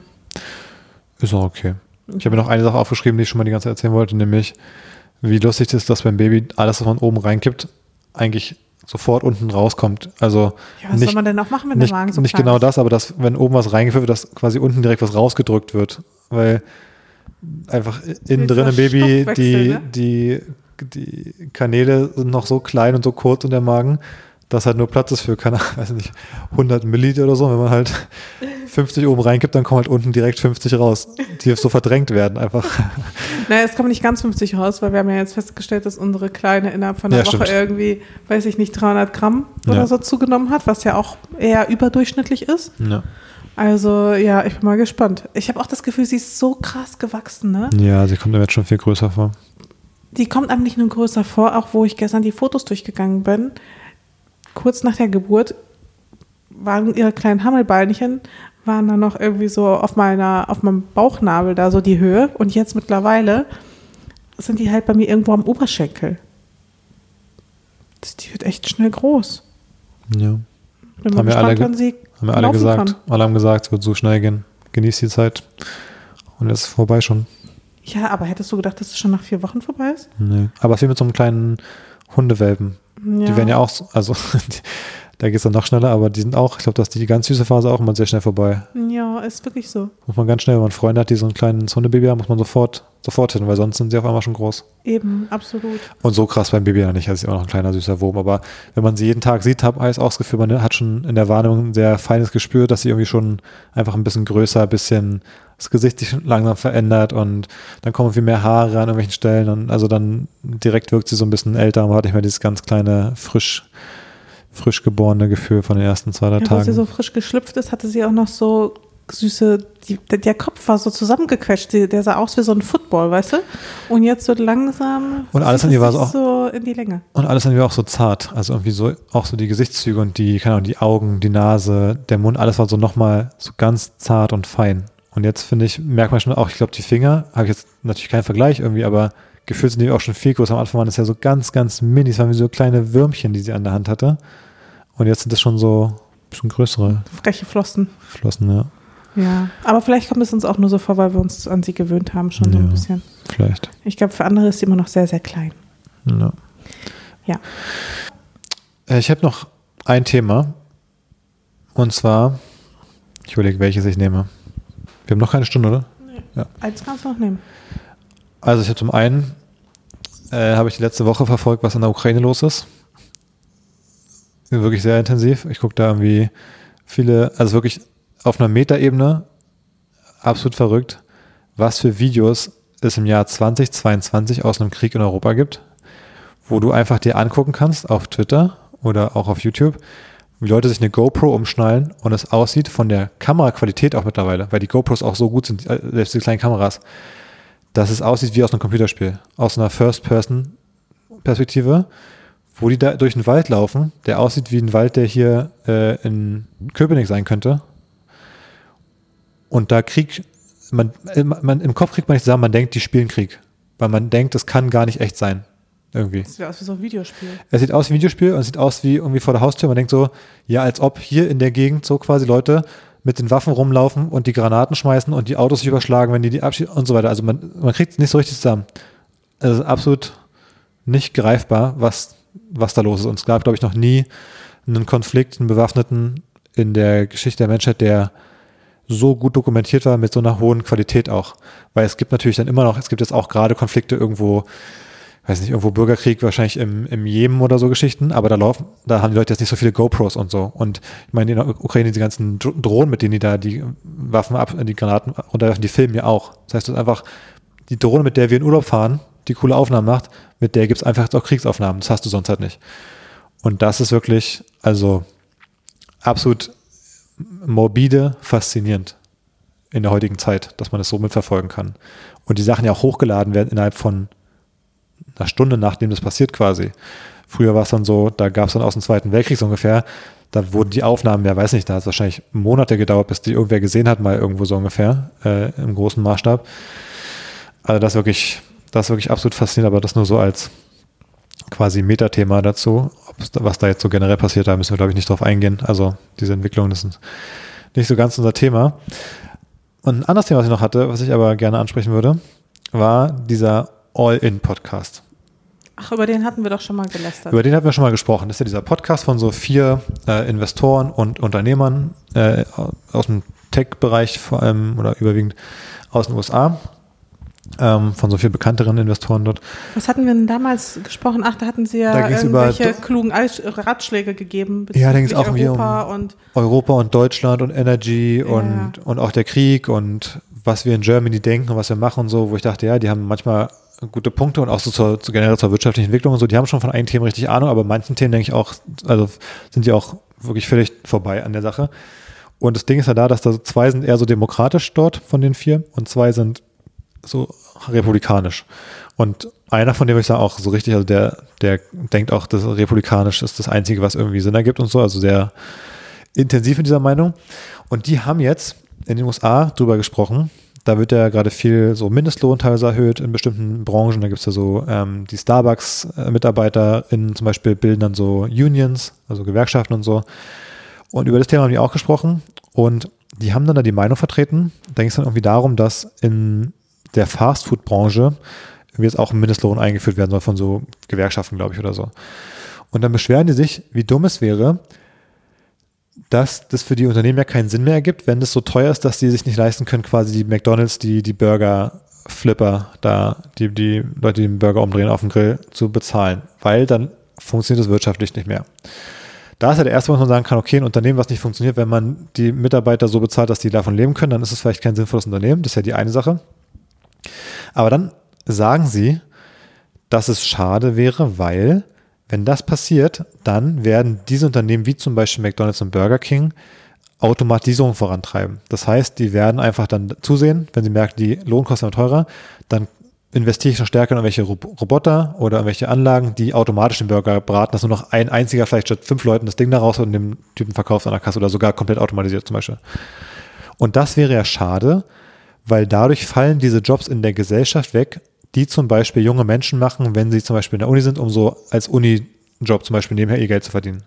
S2: Ist auch okay. Ich habe mir noch eine Sache aufgeschrieben, die ich schon mal die ganze Zeit erzählen wollte, nämlich wie lustig es ist, dass beim Baby alles, was man oben reinkippt, eigentlich sofort unten rauskommt. Also
S3: ja, was
S2: nicht,
S3: soll man denn auch machen, wenn
S2: nicht,
S3: der Magen so
S2: Nicht
S3: klein
S2: genau
S3: ist?
S2: das, aber dass, wenn oben was reingeführt wird, dass quasi unten direkt was rausgedrückt wird. Weil einfach innen drin im Baby die, ne? die, die Kanäle sind noch so klein und so kurz in der Magen, dass halt nur Platz ist für, keine Ahnung, weiß nicht, hundert Milliliter oder so. Wenn man halt fünfzig oben reinkippt, dann kommen halt unten direkt fünfzig raus, die so verdrängt werden einfach.
S3: Naja, es kommen nicht ganz fünfzig raus, weil wir haben ja jetzt festgestellt, dass unsere Kleine innerhalb von einer
S2: ja,
S3: Woche
S2: stimmt.
S3: irgendwie, weiß ich nicht, dreihundert Gramm oder
S2: ja.
S3: so zugenommen hat, was ja auch eher überdurchschnittlich ist.
S2: Ja.
S3: Also ja, ich bin mal gespannt. Ich habe auch das Gefühl, sie ist so krass gewachsen, ne?
S2: Ja, sie kommt mir jetzt schon viel größer vor.
S3: Die kommt einem nicht nur größer vor, auch wo ich gestern die Fotos durchgegangen bin. Kurz nach der Geburt waren ihre kleinen Hammelbeinchen, waren dann noch irgendwie so auf meiner, auf meinem Bauchnabel da so die Höhe. Und jetzt mittlerweile sind die halt bei mir irgendwo am Oberschenkel. die wird echt schnell groß.
S2: Ja.
S3: Bin mal
S2: Haben wir alle,
S3: gespannt, wann sie
S2: haben wir alle
S3: laufen
S2: gesagt.
S3: kann.
S2: Alle haben gesagt, es wird so schnell gehen. Genieß die Zeit. Und jetzt ist es vorbei schon.
S3: Ja, aber hättest du gedacht, dass es schon nach vier Wochen vorbei ist?
S2: Nee. Aber es ist wie mit so einem kleinen Hundewelpen.
S3: Ja.
S2: Die werden ja auch, so- also die, da geht es dann noch schneller, aber die sind auch, ich glaube, dass die, die ganz süße Phase auch immer sehr schnell vorbei.
S3: Ja, ist wirklich so.
S2: Muss man ganz schnell, wenn man Freunde hat, die so ein kleines Hundebaby haben, muss man sofort, sofort hin, weil sonst sind sie auf einmal schon groß.
S3: Eben, absolut.
S2: Und so krass beim Baby ja nicht, also ist ja auch noch ein kleiner süßer Wurm, aber wenn man sie jeden Tag sieht, habe ich auch das Gefühl, man hat schon in der Wahrnehmung ein sehr feines Gespür, dass sie irgendwie schon einfach ein bisschen größer, ein bisschen das Gesicht sich langsam verändert und dann kommen viel mehr Haare an irgendwelchen Stellen und also dann direkt wirkt sie so ein bisschen älter, man hat nicht mehr dieses ganz kleine, frisch frisch geborene Gefühl von den ersten zwei, drei
S3: Ja, wo
S2: Tagen.
S3: sie so frisch geschlüpft ist, hatte sie auch noch so süße, die, der Kopf war so zusammengequetscht, die, der sah aus wie so ein Football, weißt du? Und jetzt wird langsam
S2: Und alles
S3: zieht
S2: an ihr
S3: es
S2: war
S3: sich
S2: so auch-
S3: so in die Länge.
S2: Und alles irgendwie auch so zart. Also irgendwie so, auch so die Gesichtszüge und die, keine Ahnung, die Augen, die Nase, der Mund, alles war so nochmal so ganz zart und fein. Und jetzt finde ich, merkt man schon auch, ich glaube, die Finger, habe ich jetzt natürlich keinen Vergleich irgendwie, aber gefühlt sind die auch schon viel größer. Am Anfang waren das ja so ganz, ganz mini, es waren wie so kleine Würmchen, die sie an der Hand hatte. Und jetzt sind das schon so ein bisschen größere
S3: Freche Flossen.
S2: Flossen, ja.
S3: Ja, aber vielleicht kommt es uns auch nur so vor, weil wir uns an sie gewöhnt haben, schon so
S2: Ja.
S3: ein bisschen.
S2: Vielleicht.
S3: Ich glaube, für andere ist sie immer noch sehr, sehr klein.
S2: Ja.
S3: Ja.
S2: Äh, Ich habe noch ein Thema. Und zwar, ich überlege, welches ich nehme. Wir haben noch keine Stunde, oder? Ja.
S3: Eins kannst du noch nehmen.
S2: Also ich habe zum einen, äh, habe ich die letzte Woche verfolgt, was in der Ukraine los ist. Wirklich sehr intensiv. Ich gucke da irgendwie viele, also wirklich auf einer Metaebene, absolut verrückt, was für Videos es im Jahr zwanzig zweiundzwanzig aus einem Krieg in Europa gibt, wo du einfach dir angucken kannst auf Twitter oder auch auf YouTube, wie Leute sich eine GoPro umschnallen und es aussieht von der Kameraqualität auch mittlerweile, weil die GoPros auch so gut sind, äh, selbst die kleinen Kameras, dass es aussieht wie aus einem Computerspiel, aus einer First-Person-Perspektive, wo die da durch den Wald laufen, der aussieht wie ein Wald, der hier äh, in Köpenick sein könnte. Und da Krieg, man, man, im Kopf kriegt man nicht zusammen, man denkt, die spielen Krieg. Weil man denkt, das kann gar nicht echt sein. Irgendwie.
S3: Das sieht aus wie so ein Videospiel.
S2: Es sieht aus wie ein Videospiel und es sieht aus wie irgendwie vor der Haustür. Man denkt so, ja, als ob hier in der Gegend so quasi Leute mit den Waffen rumlaufen und die Granaten schmeißen und die Autos sich überschlagen, wenn die die abschießen und so weiter. Also man, man kriegt es nicht so richtig zusammen. Es ist absolut nicht greifbar, was, was da los ist. Und es gab, glaube ich, noch nie einen Konflikt, einen bewaffneten in der Geschichte der Menschheit, der so gut dokumentiert war, mit so einer hohen Qualität auch. Weil es gibt natürlich dann immer noch, es gibt jetzt auch gerade Konflikte irgendwo, weiß nicht, irgendwo Bürgerkrieg, wahrscheinlich im, im Jemen oder so Geschichten, aber da laufen, da haben die Leute jetzt nicht so viele GoPros und so. Und ich meine, in der Ukraine, die ganzen Dro- Drohnen, mit denen die da die Waffen ab, die Granaten runterwerfen, die filmen ja auch. Das heißt, das ist einfach die Drohne, mit der wir in Urlaub fahren, die coole Aufnahmen macht, mit der gibt es einfach jetzt auch Kriegsaufnahmen. Das hast du sonst halt nicht. Und das ist wirklich, also absolut morbide, faszinierend in der heutigen Zeit, dass man das so mitverfolgen kann. Und die Sachen ja auch hochgeladen werden innerhalb von einer Stunde, nachdem das passiert quasi. Früher war es dann so, da gab es dann aus dem Zweiten Weltkrieg so ungefähr, da wurden die Aufnahmen, ja weiß nicht, da hat es wahrscheinlich Monate gedauert, bis die irgendwer gesehen hat, mal irgendwo so ungefähr, äh, im großen Maßstab. Also das ist wirklich, das ist wirklich absolut faszinierend, aber das nur so als quasi Metathema dazu. Ob's da, was da jetzt so generell passiert, da müssen wir, glaube ich, nicht drauf eingehen. Also diese Entwicklung, das ist nicht so ganz unser Thema. Und ein anderes Thema, was ich noch hatte, was ich aber gerne ansprechen würde, war dieser All-In-Podcast.
S3: Ach, über den hatten wir doch schon mal gelästert.
S2: Über den hatten wir schon mal gesprochen. Das ist ja dieser Podcast von so vier äh, Investoren und Unternehmern äh, aus dem Tech-Bereich vor allem oder überwiegend aus den U S A. Ähm, von so viel bekannteren Investoren dort.
S3: Was hatten wir denn damals gesprochen? Ach, da hatten sie ja
S2: Da ging's
S3: irgendwelche
S2: über-
S3: klugen Al- Ratschläge gegeben
S2: Ja, da ging's
S3: bezüglich
S2: auch irgendwie
S3: Europa
S2: um-
S3: und
S2: Europa und Deutschland und Energy
S3: Ja.
S2: und, und auch der Krieg und was wir in Germany denken und was wir machen und so, wo ich dachte, ja, die haben manchmal gute Punkte und auch so zur, zur generell zur wirtschaftlichen Entwicklung und so, die haben schon von einigen Themen richtig Ahnung, aber manchen Themen denke ich auch, also sind die auch wirklich völlig vorbei an der Sache. Und das Ding ist ja da, dass da so zwei sind eher so demokratisch dort von den vier und zwei sind so republikanisch. Und einer von dem würde ich sagen auch so richtig, also der, der denkt auch, dass republikanisch ist das Einzige, was irgendwie Sinn ergibt und so, also sehr intensiv in dieser Meinung. Und die haben jetzt in den U S A drüber gesprochen, da wird ja gerade viel so Mindestlohn teilweise erhöht in bestimmten Branchen. Da gibt es ja so ähm, die Starbucks-MitarbeiterInnen zum Beispiel bilden dann so Unions, also Gewerkschaften und so. Und über das Thema haben die auch gesprochen und die haben dann da die Meinung vertreten. Da ging es dann irgendwie darum, dass in der Fastfood-Branche irgendwie jetzt auch ein Mindestlohn eingeführt werden soll von so Gewerkschaften, glaube ich, oder so. Und dann beschweren die sich, wie dumm es wäre, dass das für die Unternehmen ja keinen Sinn mehr ergibt, wenn das so teuer ist, dass die sich nicht leisten können, quasi die McDonalds, die, die Burger-Flipper da, die, die Leute, die den Burger umdrehen auf dem Grill, zu bezahlen, weil dann funktioniert das wirtschaftlich nicht mehr. Da ist ja der erste, was man sagen kann, okay, ein Unternehmen, was nicht funktioniert, wenn man die Mitarbeiter so bezahlt, dass die davon leben können, dann ist es vielleicht kein sinnvolles Unternehmen, das ist ja die eine Sache. Aber dann sagen sie, dass es schade wäre, weil wenn das passiert, dann werden diese Unternehmen wie zum Beispiel McDonald's und Burger King Automatisierung vorantreiben. Das heißt, die werden einfach dann zusehen, wenn sie merken, die Lohnkosten sind teurer, dann investiere ich noch stärker in irgendwelche Roboter oder irgendwelche Anlagen, die automatisch den Burger braten, dass nur noch ein einziger vielleicht statt fünf Leuten das Ding da raus und dem Typen verkauft an der Kasse oder sogar komplett automatisiert zum Beispiel. Und das wäre ja schade, weil dadurch fallen diese Jobs in der Gesellschaft weg, die zum Beispiel junge Menschen machen, wenn sie zum Beispiel in der Uni sind, um so als Uni-Job zum Beispiel nebenher ihr Geld zu verdienen.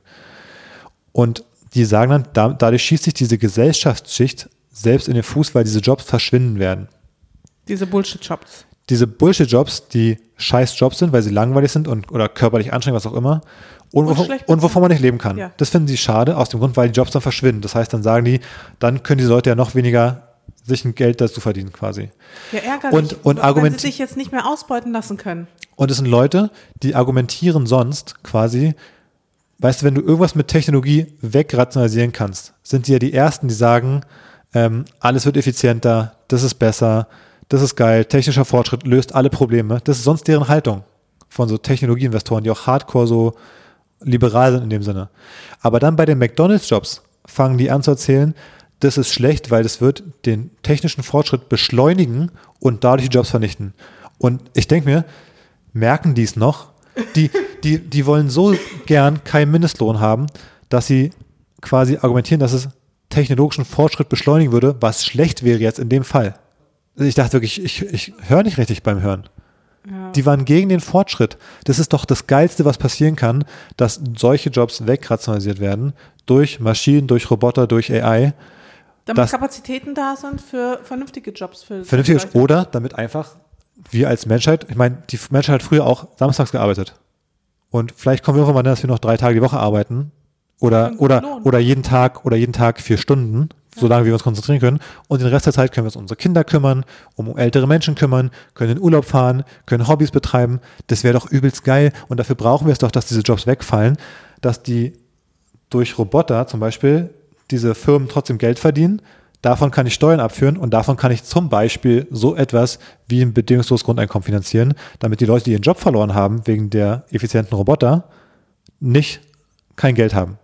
S2: Und die sagen dann, da, dadurch schießt sich diese Gesellschaftsschicht selbst in den Fuß, weil diese Jobs verschwinden werden.
S3: Diese Bullshit-Jobs.
S2: Diese Bullshit-Jobs, die scheiß Jobs sind, weil sie langweilig sind und oder körperlich anstrengend, was auch immer, und, und, wovon, und wovon man nicht leben kann. Ja. Das finden sie schade, aus dem Grund, weil die Jobs dann verschwinden. Das heißt, dann sagen die, dann können diese Leute ja noch weniger sich ein Geld dazu verdienen quasi.
S3: Ja, ärgerlich,
S2: und, und
S3: weil
S2: argument-
S3: sie sich jetzt nicht mehr ausbeuten lassen können.
S2: Und es sind Leute, die argumentieren sonst quasi, weißt du, wenn du irgendwas mit Technologie wegrationalisieren kannst, sind die ja die Ersten, die sagen, ähm, alles wird effizienter, das ist besser, das ist geil, technischer Fortschritt löst alle Probleme. Das ist sonst deren Haltung von so Technologieinvestoren, die auch hardcore so liberal sind in dem Sinne. Aber dann bei den McDonalds-Jobs fangen die an zu erzählen, das ist schlecht, weil das wird den technischen Fortschritt beschleunigen und dadurch die Jobs vernichten. Und ich denke mir, merken die es noch? Die, die, die wollen so gern keinen Mindestlohn haben, dass sie quasi argumentieren, dass es technologischen Fortschritt beschleunigen würde, was schlecht wäre jetzt in dem Fall. Ich dachte wirklich, ich, ich höre nicht richtig beim Hören. Ja. Die waren gegen den Fortschritt. Das ist doch das Geilste, was passieren kann, dass solche Jobs wegrationalisiert werden durch Maschinen, durch Roboter, durch A I.
S3: Damit das, Kapazitäten da sind für vernünftige Jobs. Für
S2: vernünftige Jobs oder damit einfach wir als Menschheit, ich meine, die Menschheit hat früher auch samstags gearbeitet. Und vielleicht kommen wir irgendwann mal, dass wir noch drei Tage die Woche arbeiten oder, oder, oder jeden Tag oder jeden Tag vier Stunden, ja. solange wir uns konzentrieren können. Und den Rest der Zeit können wir uns um unsere Kinder kümmern, um ältere Menschen kümmern, können in Urlaub fahren, können Hobbys betreiben. Das wäre doch übelst geil. Und dafür brauchen wir es doch, dass diese Jobs wegfallen, dass die durch Roboter zum Beispiel diese Firmen trotzdem Geld verdienen, davon kann ich Steuern abführen und davon kann ich zum Beispiel so etwas wie ein bedingungsloses Grundeinkommen finanzieren, damit die Leute, die ihren Job verloren haben wegen der effizienten Roboter, nicht kein Geld haben.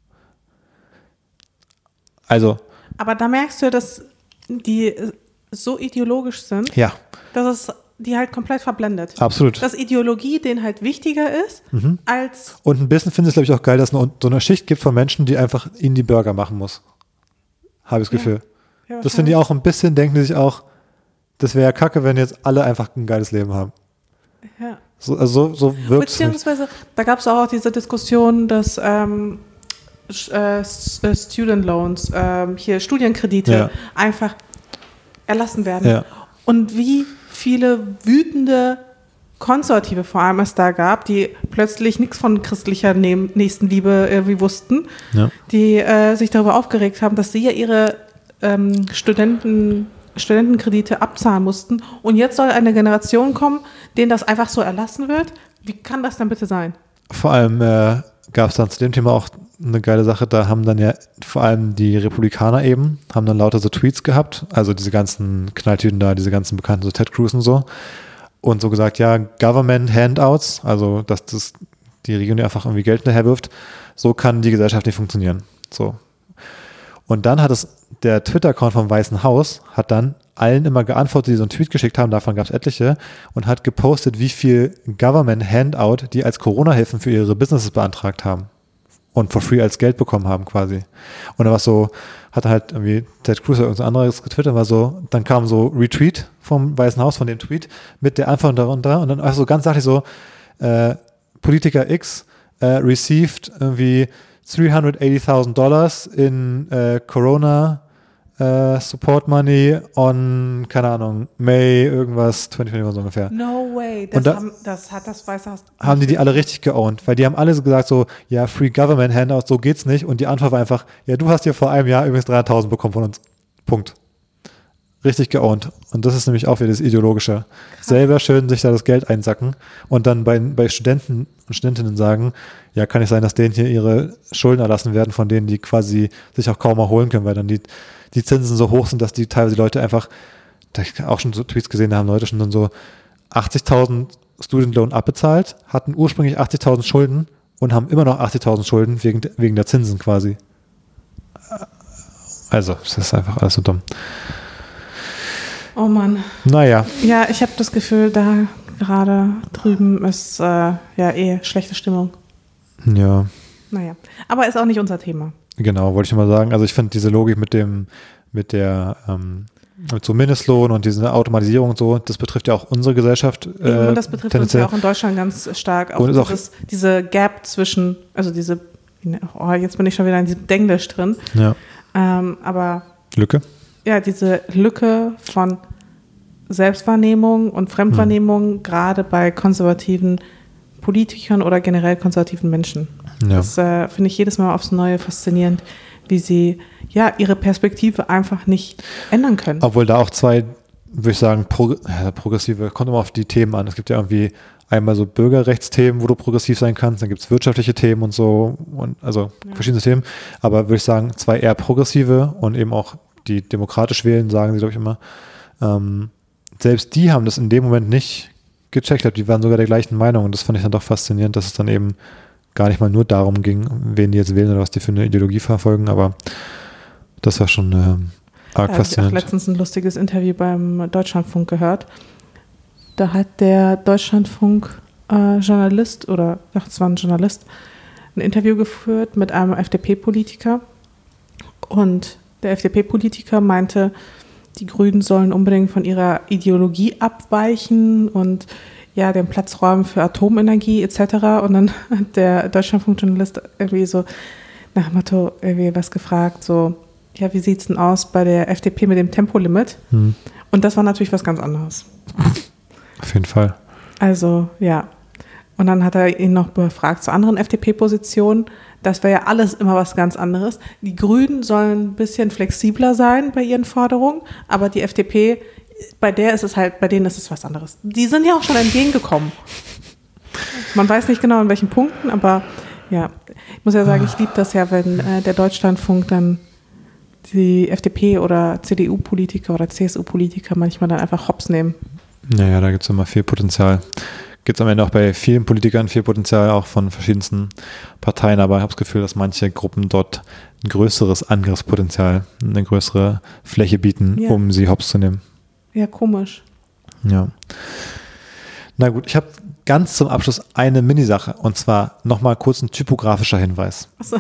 S2: Also.
S3: Aber da merkst du, dass die so ideologisch sind,
S2: ja.
S3: dass es die halt komplett verblendet.
S2: Absolut.
S3: Dass Ideologie denen halt wichtiger ist, mhm. als...
S2: Und ein bisschen finde ich es, glaube ich, auch geil, dass es eine, so eine Schicht gibt von Menschen, die einfach ihnen die Burger machen muss. Habe ich das Gefühl. Ja. Ja, das finde ich auch ein bisschen, denken die sich auch, das wäre ja kacke, wenn jetzt alle einfach ein geiles Leben haben.
S3: Ja.
S2: So, also so wirkt es.
S3: Beziehungsweise, da gab es auch diese Diskussion, dass ähm, äh, Student Loans, ähm, hier Studienkredite ja. einfach erlassen werden. Ja. Und wie viele wütende Konservative vor allem es da gab, die plötzlich nichts von christlicher Nächstenliebe irgendwie wussten, ja. die äh, sich darüber aufgeregt haben, dass sie ja ihre ähm, Studenten, Studentenkredite abzahlen mussten und jetzt soll eine Generation kommen, denen das einfach so erlassen wird. Wie kann das denn bitte sein?
S2: Vor allem äh, gab es dann zu dem Thema auch eine geile Sache, da haben dann ja vor allem die Republikaner eben, haben dann lauter so Tweets gehabt, also diese ganzen Knalltüten da, diese ganzen bekannten so Ted Cruz und so und so gesagt, ja, Government Handouts, also dass das die Regierung einfach irgendwie Geld hinterherwirft, so kann die Gesellschaft nicht funktionieren. So. Und dann hat es der Twitter-Account vom Weißen Haus, hat dann allen immer geantwortet, die so einen Tweet geschickt haben, davon gab es etliche, und hat gepostet, wie viel Government Handout die als Corona-Hilfen für ihre Businesses beantragt haben. und for free als Geld bekommen haben quasi. Und dann war es so, hat halt irgendwie Ted Cruz oder irgendwas anderes getwittert, war so, dann kam so Retweet vom Weißen Haus von dem Tweet mit der Antwort darunter und dann einfach so ganz sachlich so, äh, Politiker X äh, received irgendwie dreihundertachtzigtausend Dollars in äh, Corona Uh, Support Money on, keine Ahnung, May irgendwas, zwanzig zwanzig so ungefähr.
S3: No way, das,
S2: da,
S3: haben, das hat das Weiße Haus.
S2: Haben die die alle richtig geowned, weil die haben alle so gesagt so, ja, Free Government Handouts, so geht's nicht. Und die Antwort war einfach, ja, du hast hier vor einem Jahr übrigens dreihunderttausend bekommen von uns. Punkt. Richtig geowned. Und das ist nämlich auch wieder das Ideologische. Krass. Selber schön sich da das Geld einsacken und dann bei, bei Studenten und Studentinnen sagen, ja, kann nicht sein, dass denen hier ihre Schulden erlassen werden, von denen die quasi sich auch kaum erholen können, weil dann die die Zinsen so hoch sind, dass die teilweise Leute einfach, da ich auch schon so Tweets gesehen, da haben Leute schon dann so achtzigtausend Student Loan abbezahlt, hatten ursprünglich achtzigtausend Schulden und haben immer noch achtzigtausend Schulden wegen, wegen der Zinsen quasi. Also, das ist einfach alles so dumm.
S3: Oh Mann.
S2: Naja.
S3: Ja, ich habe das Gefühl, da gerade drüben ist äh, ja eh schlechte Stimmung.
S2: Ja.
S3: Naja, aber ist auch nicht unser Thema.
S2: Genau, wollte ich mal sagen. Also ich finde diese Logik mit dem, mit der, ähm, mit so Mindestlohn und diese Automatisierung und so, das betrifft ja auch unsere Gesellschaft. Äh,
S3: und das betrifft uns ja auch in Deutschland ganz stark. Auch,
S2: und
S3: dieses,
S2: auch
S3: diese Gap zwischen, also diese, oh, jetzt bin ich schon wieder in diesem Denglisch drin.
S2: Ja.
S3: Ähm, aber
S2: Lücke?
S3: Ja, diese Lücke von Selbstwahrnehmung und Fremdwahrnehmung, hm. gerade bei konservativen Politikern oder generell konservativen Menschen. Ja. Das äh, finde ich jedes Mal aufs Neue faszinierend, wie sie ja ihre Perspektive einfach nicht ändern können.
S2: Obwohl da auch zwei, würde ich sagen, Pro, ja, progressive, kommt immer auf die Themen an. Es gibt ja irgendwie einmal so Bürgerrechtsthemen, wo du progressiv sein kannst, dann gibt es wirtschaftliche Themen und so, und also ja. verschiedene Themen. Aber würde ich sagen, zwei eher progressive und eben auch die demokratisch wählen, sagen sie, glaube ich, immer. Ähm, selbst die haben das in dem Moment nicht gecheckt, die waren sogar der gleichen Meinung und das fand ich dann doch faszinierend, dass es dann eben gar nicht mal nur darum ging, wen die jetzt wählen oder was die für eine Ideologie verfolgen, aber das war schon äh, arg
S3: ja,
S2: faszinierend.
S3: Ich habe letztens ein lustiges Interview beim Deutschlandfunk gehört. Da hat der Deutschlandfunk-Journalist, äh, oder ach, es war ein Journalist, ein Interview geführt mit einem F D P-Politiker und der F D P-Politiker meinte, die Grünen sollen unbedingt von ihrer Ideologie abweichen und ja, den Platz räumen für Atomenergie et cetera. Und dann hat der Deutschlandfunk-Journalist irgendwie so nach dem Motto irgendwie was gefragt, so, ja, wie sieht's denn aus bei der F D P mit dem Tempolimit? Hm. Und das war natürlich was ganz anderes.
S2: Auf jeden Fall.
S3: Also, ja. Und dann hat er ihn noch befragt zu anderen F D P-Positionen. Das wäre ja alles immer was ganz anderes. Die Grünen sollen ein bisschen flexibler sein bei ihren Forderungen, aber die F D P, bei der ist es halt, bei denen ist es was anderes. Die sind ja auch schon entgegengekommen. Man weiß nicht genau in welchen Punkten, aber ja, ich muss ja sagen, ich liebe das ja, wenn äh, der Deutschlandfunk dann die F D P oder C D U-Politiker oder C S U-Politiker manchmal dann einfach hops nehmen.
S2: Naja, da gibt es immer viel Potenzial. Gibt es am Ende auch bei vielen Politikern viel Potenzial, auch von verschiedensten Parteien, aber ich habe das Gefühl, dass manche Gruppen dort ein größeres Angriffspotenzial, eine größere Fläche bieten, ja. um sie hops zu nehmen.
S3: Ja, komisch.
S2: Ja. Na gut, ich habe ganz zum Abschluss eine Minisache und zwar nochmal kurz ein typografischer Hinweis.
S3: Achso.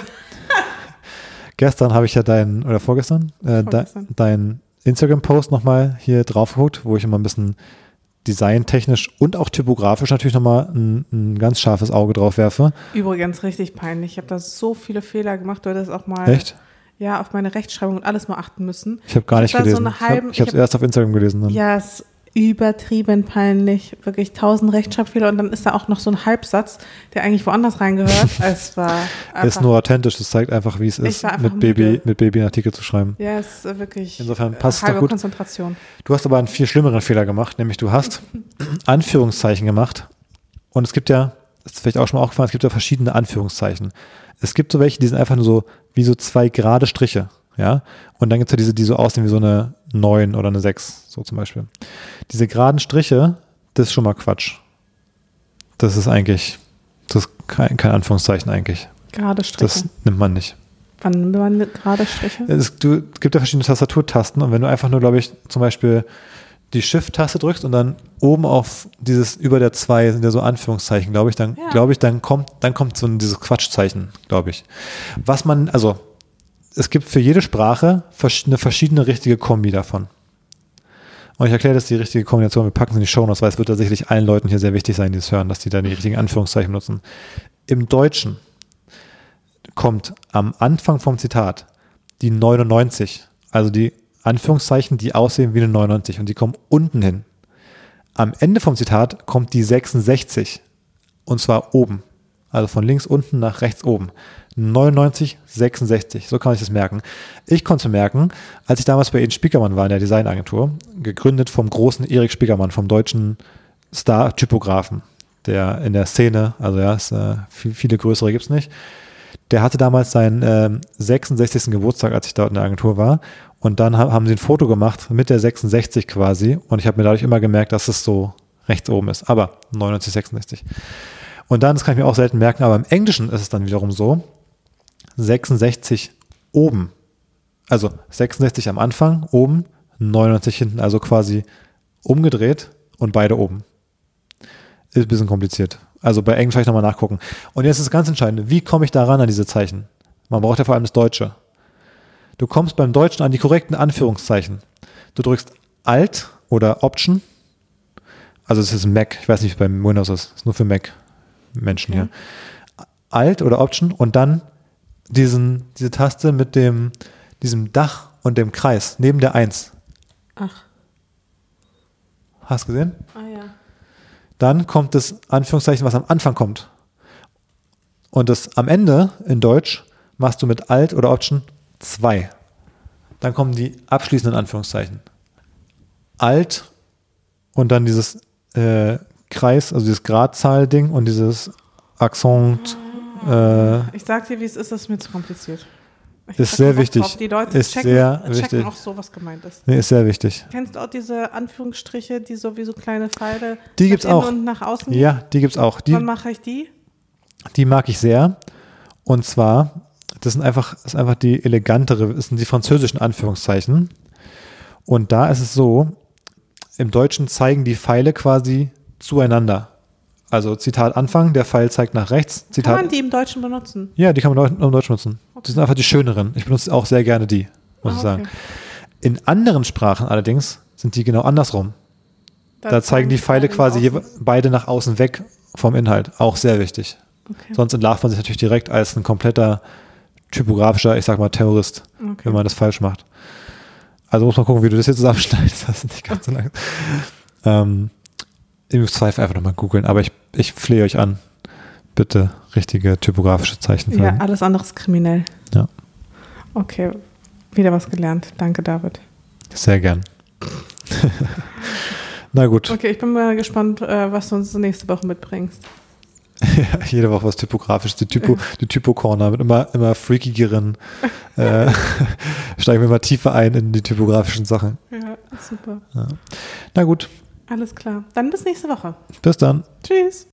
S2: Gestern habe ich ja deinen, oder vorgestern, äh, vorgestern. De, deinen Instagram-Post nochmal hier drauf geguckt, wo ich immer ein bisschen designtechnisch und auch typografisch natürlich nochmal ein, ein ganz scharfes Auge drauf werfe.
S3: Übrigens richtig peinlich. Ich habe da so viele Fehler gemacht, du hättest auch mal
S2: Echt?
S3: Ja, auf meine Rechtschreibung und alles mal achten müssen.
S2: Ich habe gar nicht gelesen. So
S3: halben,
S2: ich habe es erst auf Instagram gelesen. Dann.
S3: Ja, es ist übertrieben peinlich. Wirklich tausend Rechtschreibfehler und dann ist da auch noch so ein Halbsatz, der eigentlich woanders reingehört. Es war einfach,
S2: ist nur authentisch. Das zeigt einfach, wie es ist, mit Baby, mit Baby einen Artikel zu schreiben.
S3: Ja, es ist wirklich
S2: Insofern passt
S3: halbe
S2: es doch gut.
S3: Konzentration.
S2: Du hast aber einen viel schlimmeren Fehler gemacht, nämlich du hast Anführungszeichen gemacht. Und es gibt ja, das ist vielleicht auch schon mal aufgefallen, es gibt ja verschiedene Anführungszeichen. Es gibt so welche, die sind einfach nur so wie so zwei gerade Striche. Ja, und dann gibt es ja diese, die so aussehen wie so eine neun oder eine sechs, so zum Beispiel. Diese geraden Striche, das ist schon mal Quatsch. Das ist eigentlich, das ist kein, kein Anführungszeichen eigentlich.
S3: Gerade Striche.
S2: Das nimmt man nicht.
S3: Wann nimmt man gerade Striche?
S2: Es, du, es gibt ja verschiedene Tastaturtasten und wenn du einfach nur, glaube ich, zum Beispiel die Shift-Taste drückst und dann oben auf dieses über der zwei sind ja so Anführungszeichen, glaube ich, dann
S3: Ja.
S2: glaube ich, dann kommt, dann kommt so ein, dieses Quatschzeichen, glaube ich. Was man, also es gibt für jede Sprache vers- eine verschiedene richtige Kombi davon. Und ich erkläre das die richtige Kombination, wir packen es in die Shownotes, weil es wird tatsächlich allen Leuten hier sehr wichtig sein, die es hören, dass die da die richtigen Anführungszeichen nutzen. Im Deutschen kommt am Anfang vom Zitat die neunundneunzig, also die Anführungszeichen, die aussehen wie eine neunundneunzig und die kommen unten hin. Am Ende vom Zitat kommt die sechsundsechzig und zwar oben, also von links unten nach rechts oben. neunundneunzig, sechsundsechzig, so kann man sich das merken. Ich konnte merken, als ich damals bei Eden Spiekermann war in der Designagentur, gegründet vom großen Erik Spiekermann, vom deutschen Star-Typografen, der in der Szene, also ja, es, äh, viel, viele größere gibt es nicht, der hatte damals seinen äh, sechsundsechzigsten Geburtstag, als ich dort in der Agentur war. Und dann ha- haben sie ein Foto gemacht mit der sechsundsechzig quasi. Und ich habe mir dadurch immer gemerkt, dass es so rechts oben ist. Aber neunundneunzig, sechsundsechzig. Und dann, das kann ich mir auch selten merken, aber im Englischen ist es dann wiederum so, sechsundsechzig oben. Also sechsundsechzig am Anfang, oben, neunundneunzig hinten. Also quasi umgedreht und beide oben. Ist ein bisschen kompliziert. Also bei Englisch kann ich nochmal nachgucken. Und jetzt ist das ganz Entscheidende, wie komme ich da ran an diese Zeichen? Man braucht ja vor allem das Deutsche. Du kommst beim Deutschen an die korrekten Anführungszeichen. Du drückst Alt oder Option. Also es ist ein Mac. Ich weiß nicht, wie es beim Windows ist. Es ist nur für Mac-Menschen hier. Alt oder Option und dann diesen, diese Taste mit dem, diesem Dach und dem Kreis neben der eins.
S3: Ach.
S2: Hast du gesehen?
S3: Ah ja.
S2: Dann kommt das Anführungszeichen, was am Anfang kommt. Und das am Ende in Deutsch machst du mit Alt oder Option zwei. Dann kommen die abschließenden Anführungszeichen. Alt und dann dieses äh, Kreis, also dieses Gradzahl-Ding und dieses Akzent. Äh,
S3: Ich sag dir, wie es ist, das ist mir zu kompliziert. Ich
S2: Ist
S3: hab
S2: sehr
S3: keinen Bock
S2: wichtig.
S3: drauf. Die Leute
S2: Ist
S3: checken,
S2: sehr
S3: checken
S2: wichtig.
S3: auch so, was gemeint ist.
S2: nee, ist sehr wichtig.
S3: Kennst du auch diese Anführungsstriche, die so wie so kleine Pfeile
S2: Die
S3: nach
S2: gibt's
S3: innen
S2: auch.
S3: und nach außen gehen?
S2: Ja, die gibt's auch. Die,
S3: Wann mache ich die?
S2: die mag ich sehr. Und zwar, das sind einfach, das ist einfach die elegantere, das sind die französischen Anführungszeichen. Und da ist es so, im Deutschen zeigen die Pfeile quasi zueinander. Also Zitat Anfang, der Pfeil zeigt nach rechts. Zitat,
S3: Kann man die im Deutschen benutzen?
S2: ja, die kann man im Deutschen nutzen. Die sind einfach die schöneren. Ich benutze auch sehr gerne die, muss
S3: Ah,
S2: ich sagen.
S3: okay.
S2: In anderen Sprachen allerdings sind die genau andersrum. Da zeigen die Pfeile quasi
S3: außen.
S2: jewe- beide nach außen weg vom Inhalt. Auch sehr wichtig.
S3: Okay.
S2: Sonst entlarvt man sich natürlich direkt als ein kompletter typografischer, ich sag mal, Terrorist,
S3: Okay.
S2: wenn man das falsch macht. Also muss man gucken, wie du das hier zusammenschneidest. Das ist nicht ganz so lang. Ähm, im Zweifel einfach nochmal googeln. Aber ich, ich flehe euch an, bitte richtige typografische Zeichen
S3: Ja,
S2: verwenden.
S3: alles andere ist kriminell.
S2: Ja.
S3: Okay, wieder was gelernt. Danke, David.
S2: Sehr gern. Na gut,
S3: Okay, ich bin mal gespannt, äh, was du uns nächste Woche mitbringst.
S2: ja, jede Woche was typografisches. Die Typo, die Typo-Corner mit immer, immer freakigeren, äh, steigen wir mal tiefer ein in die typografischen Sachen.
S3: Ja, super.
S2: Na gut,
S3: Alles klar. Dann bis nächste Woche.
S2: bis dann.
S3: Tschüss.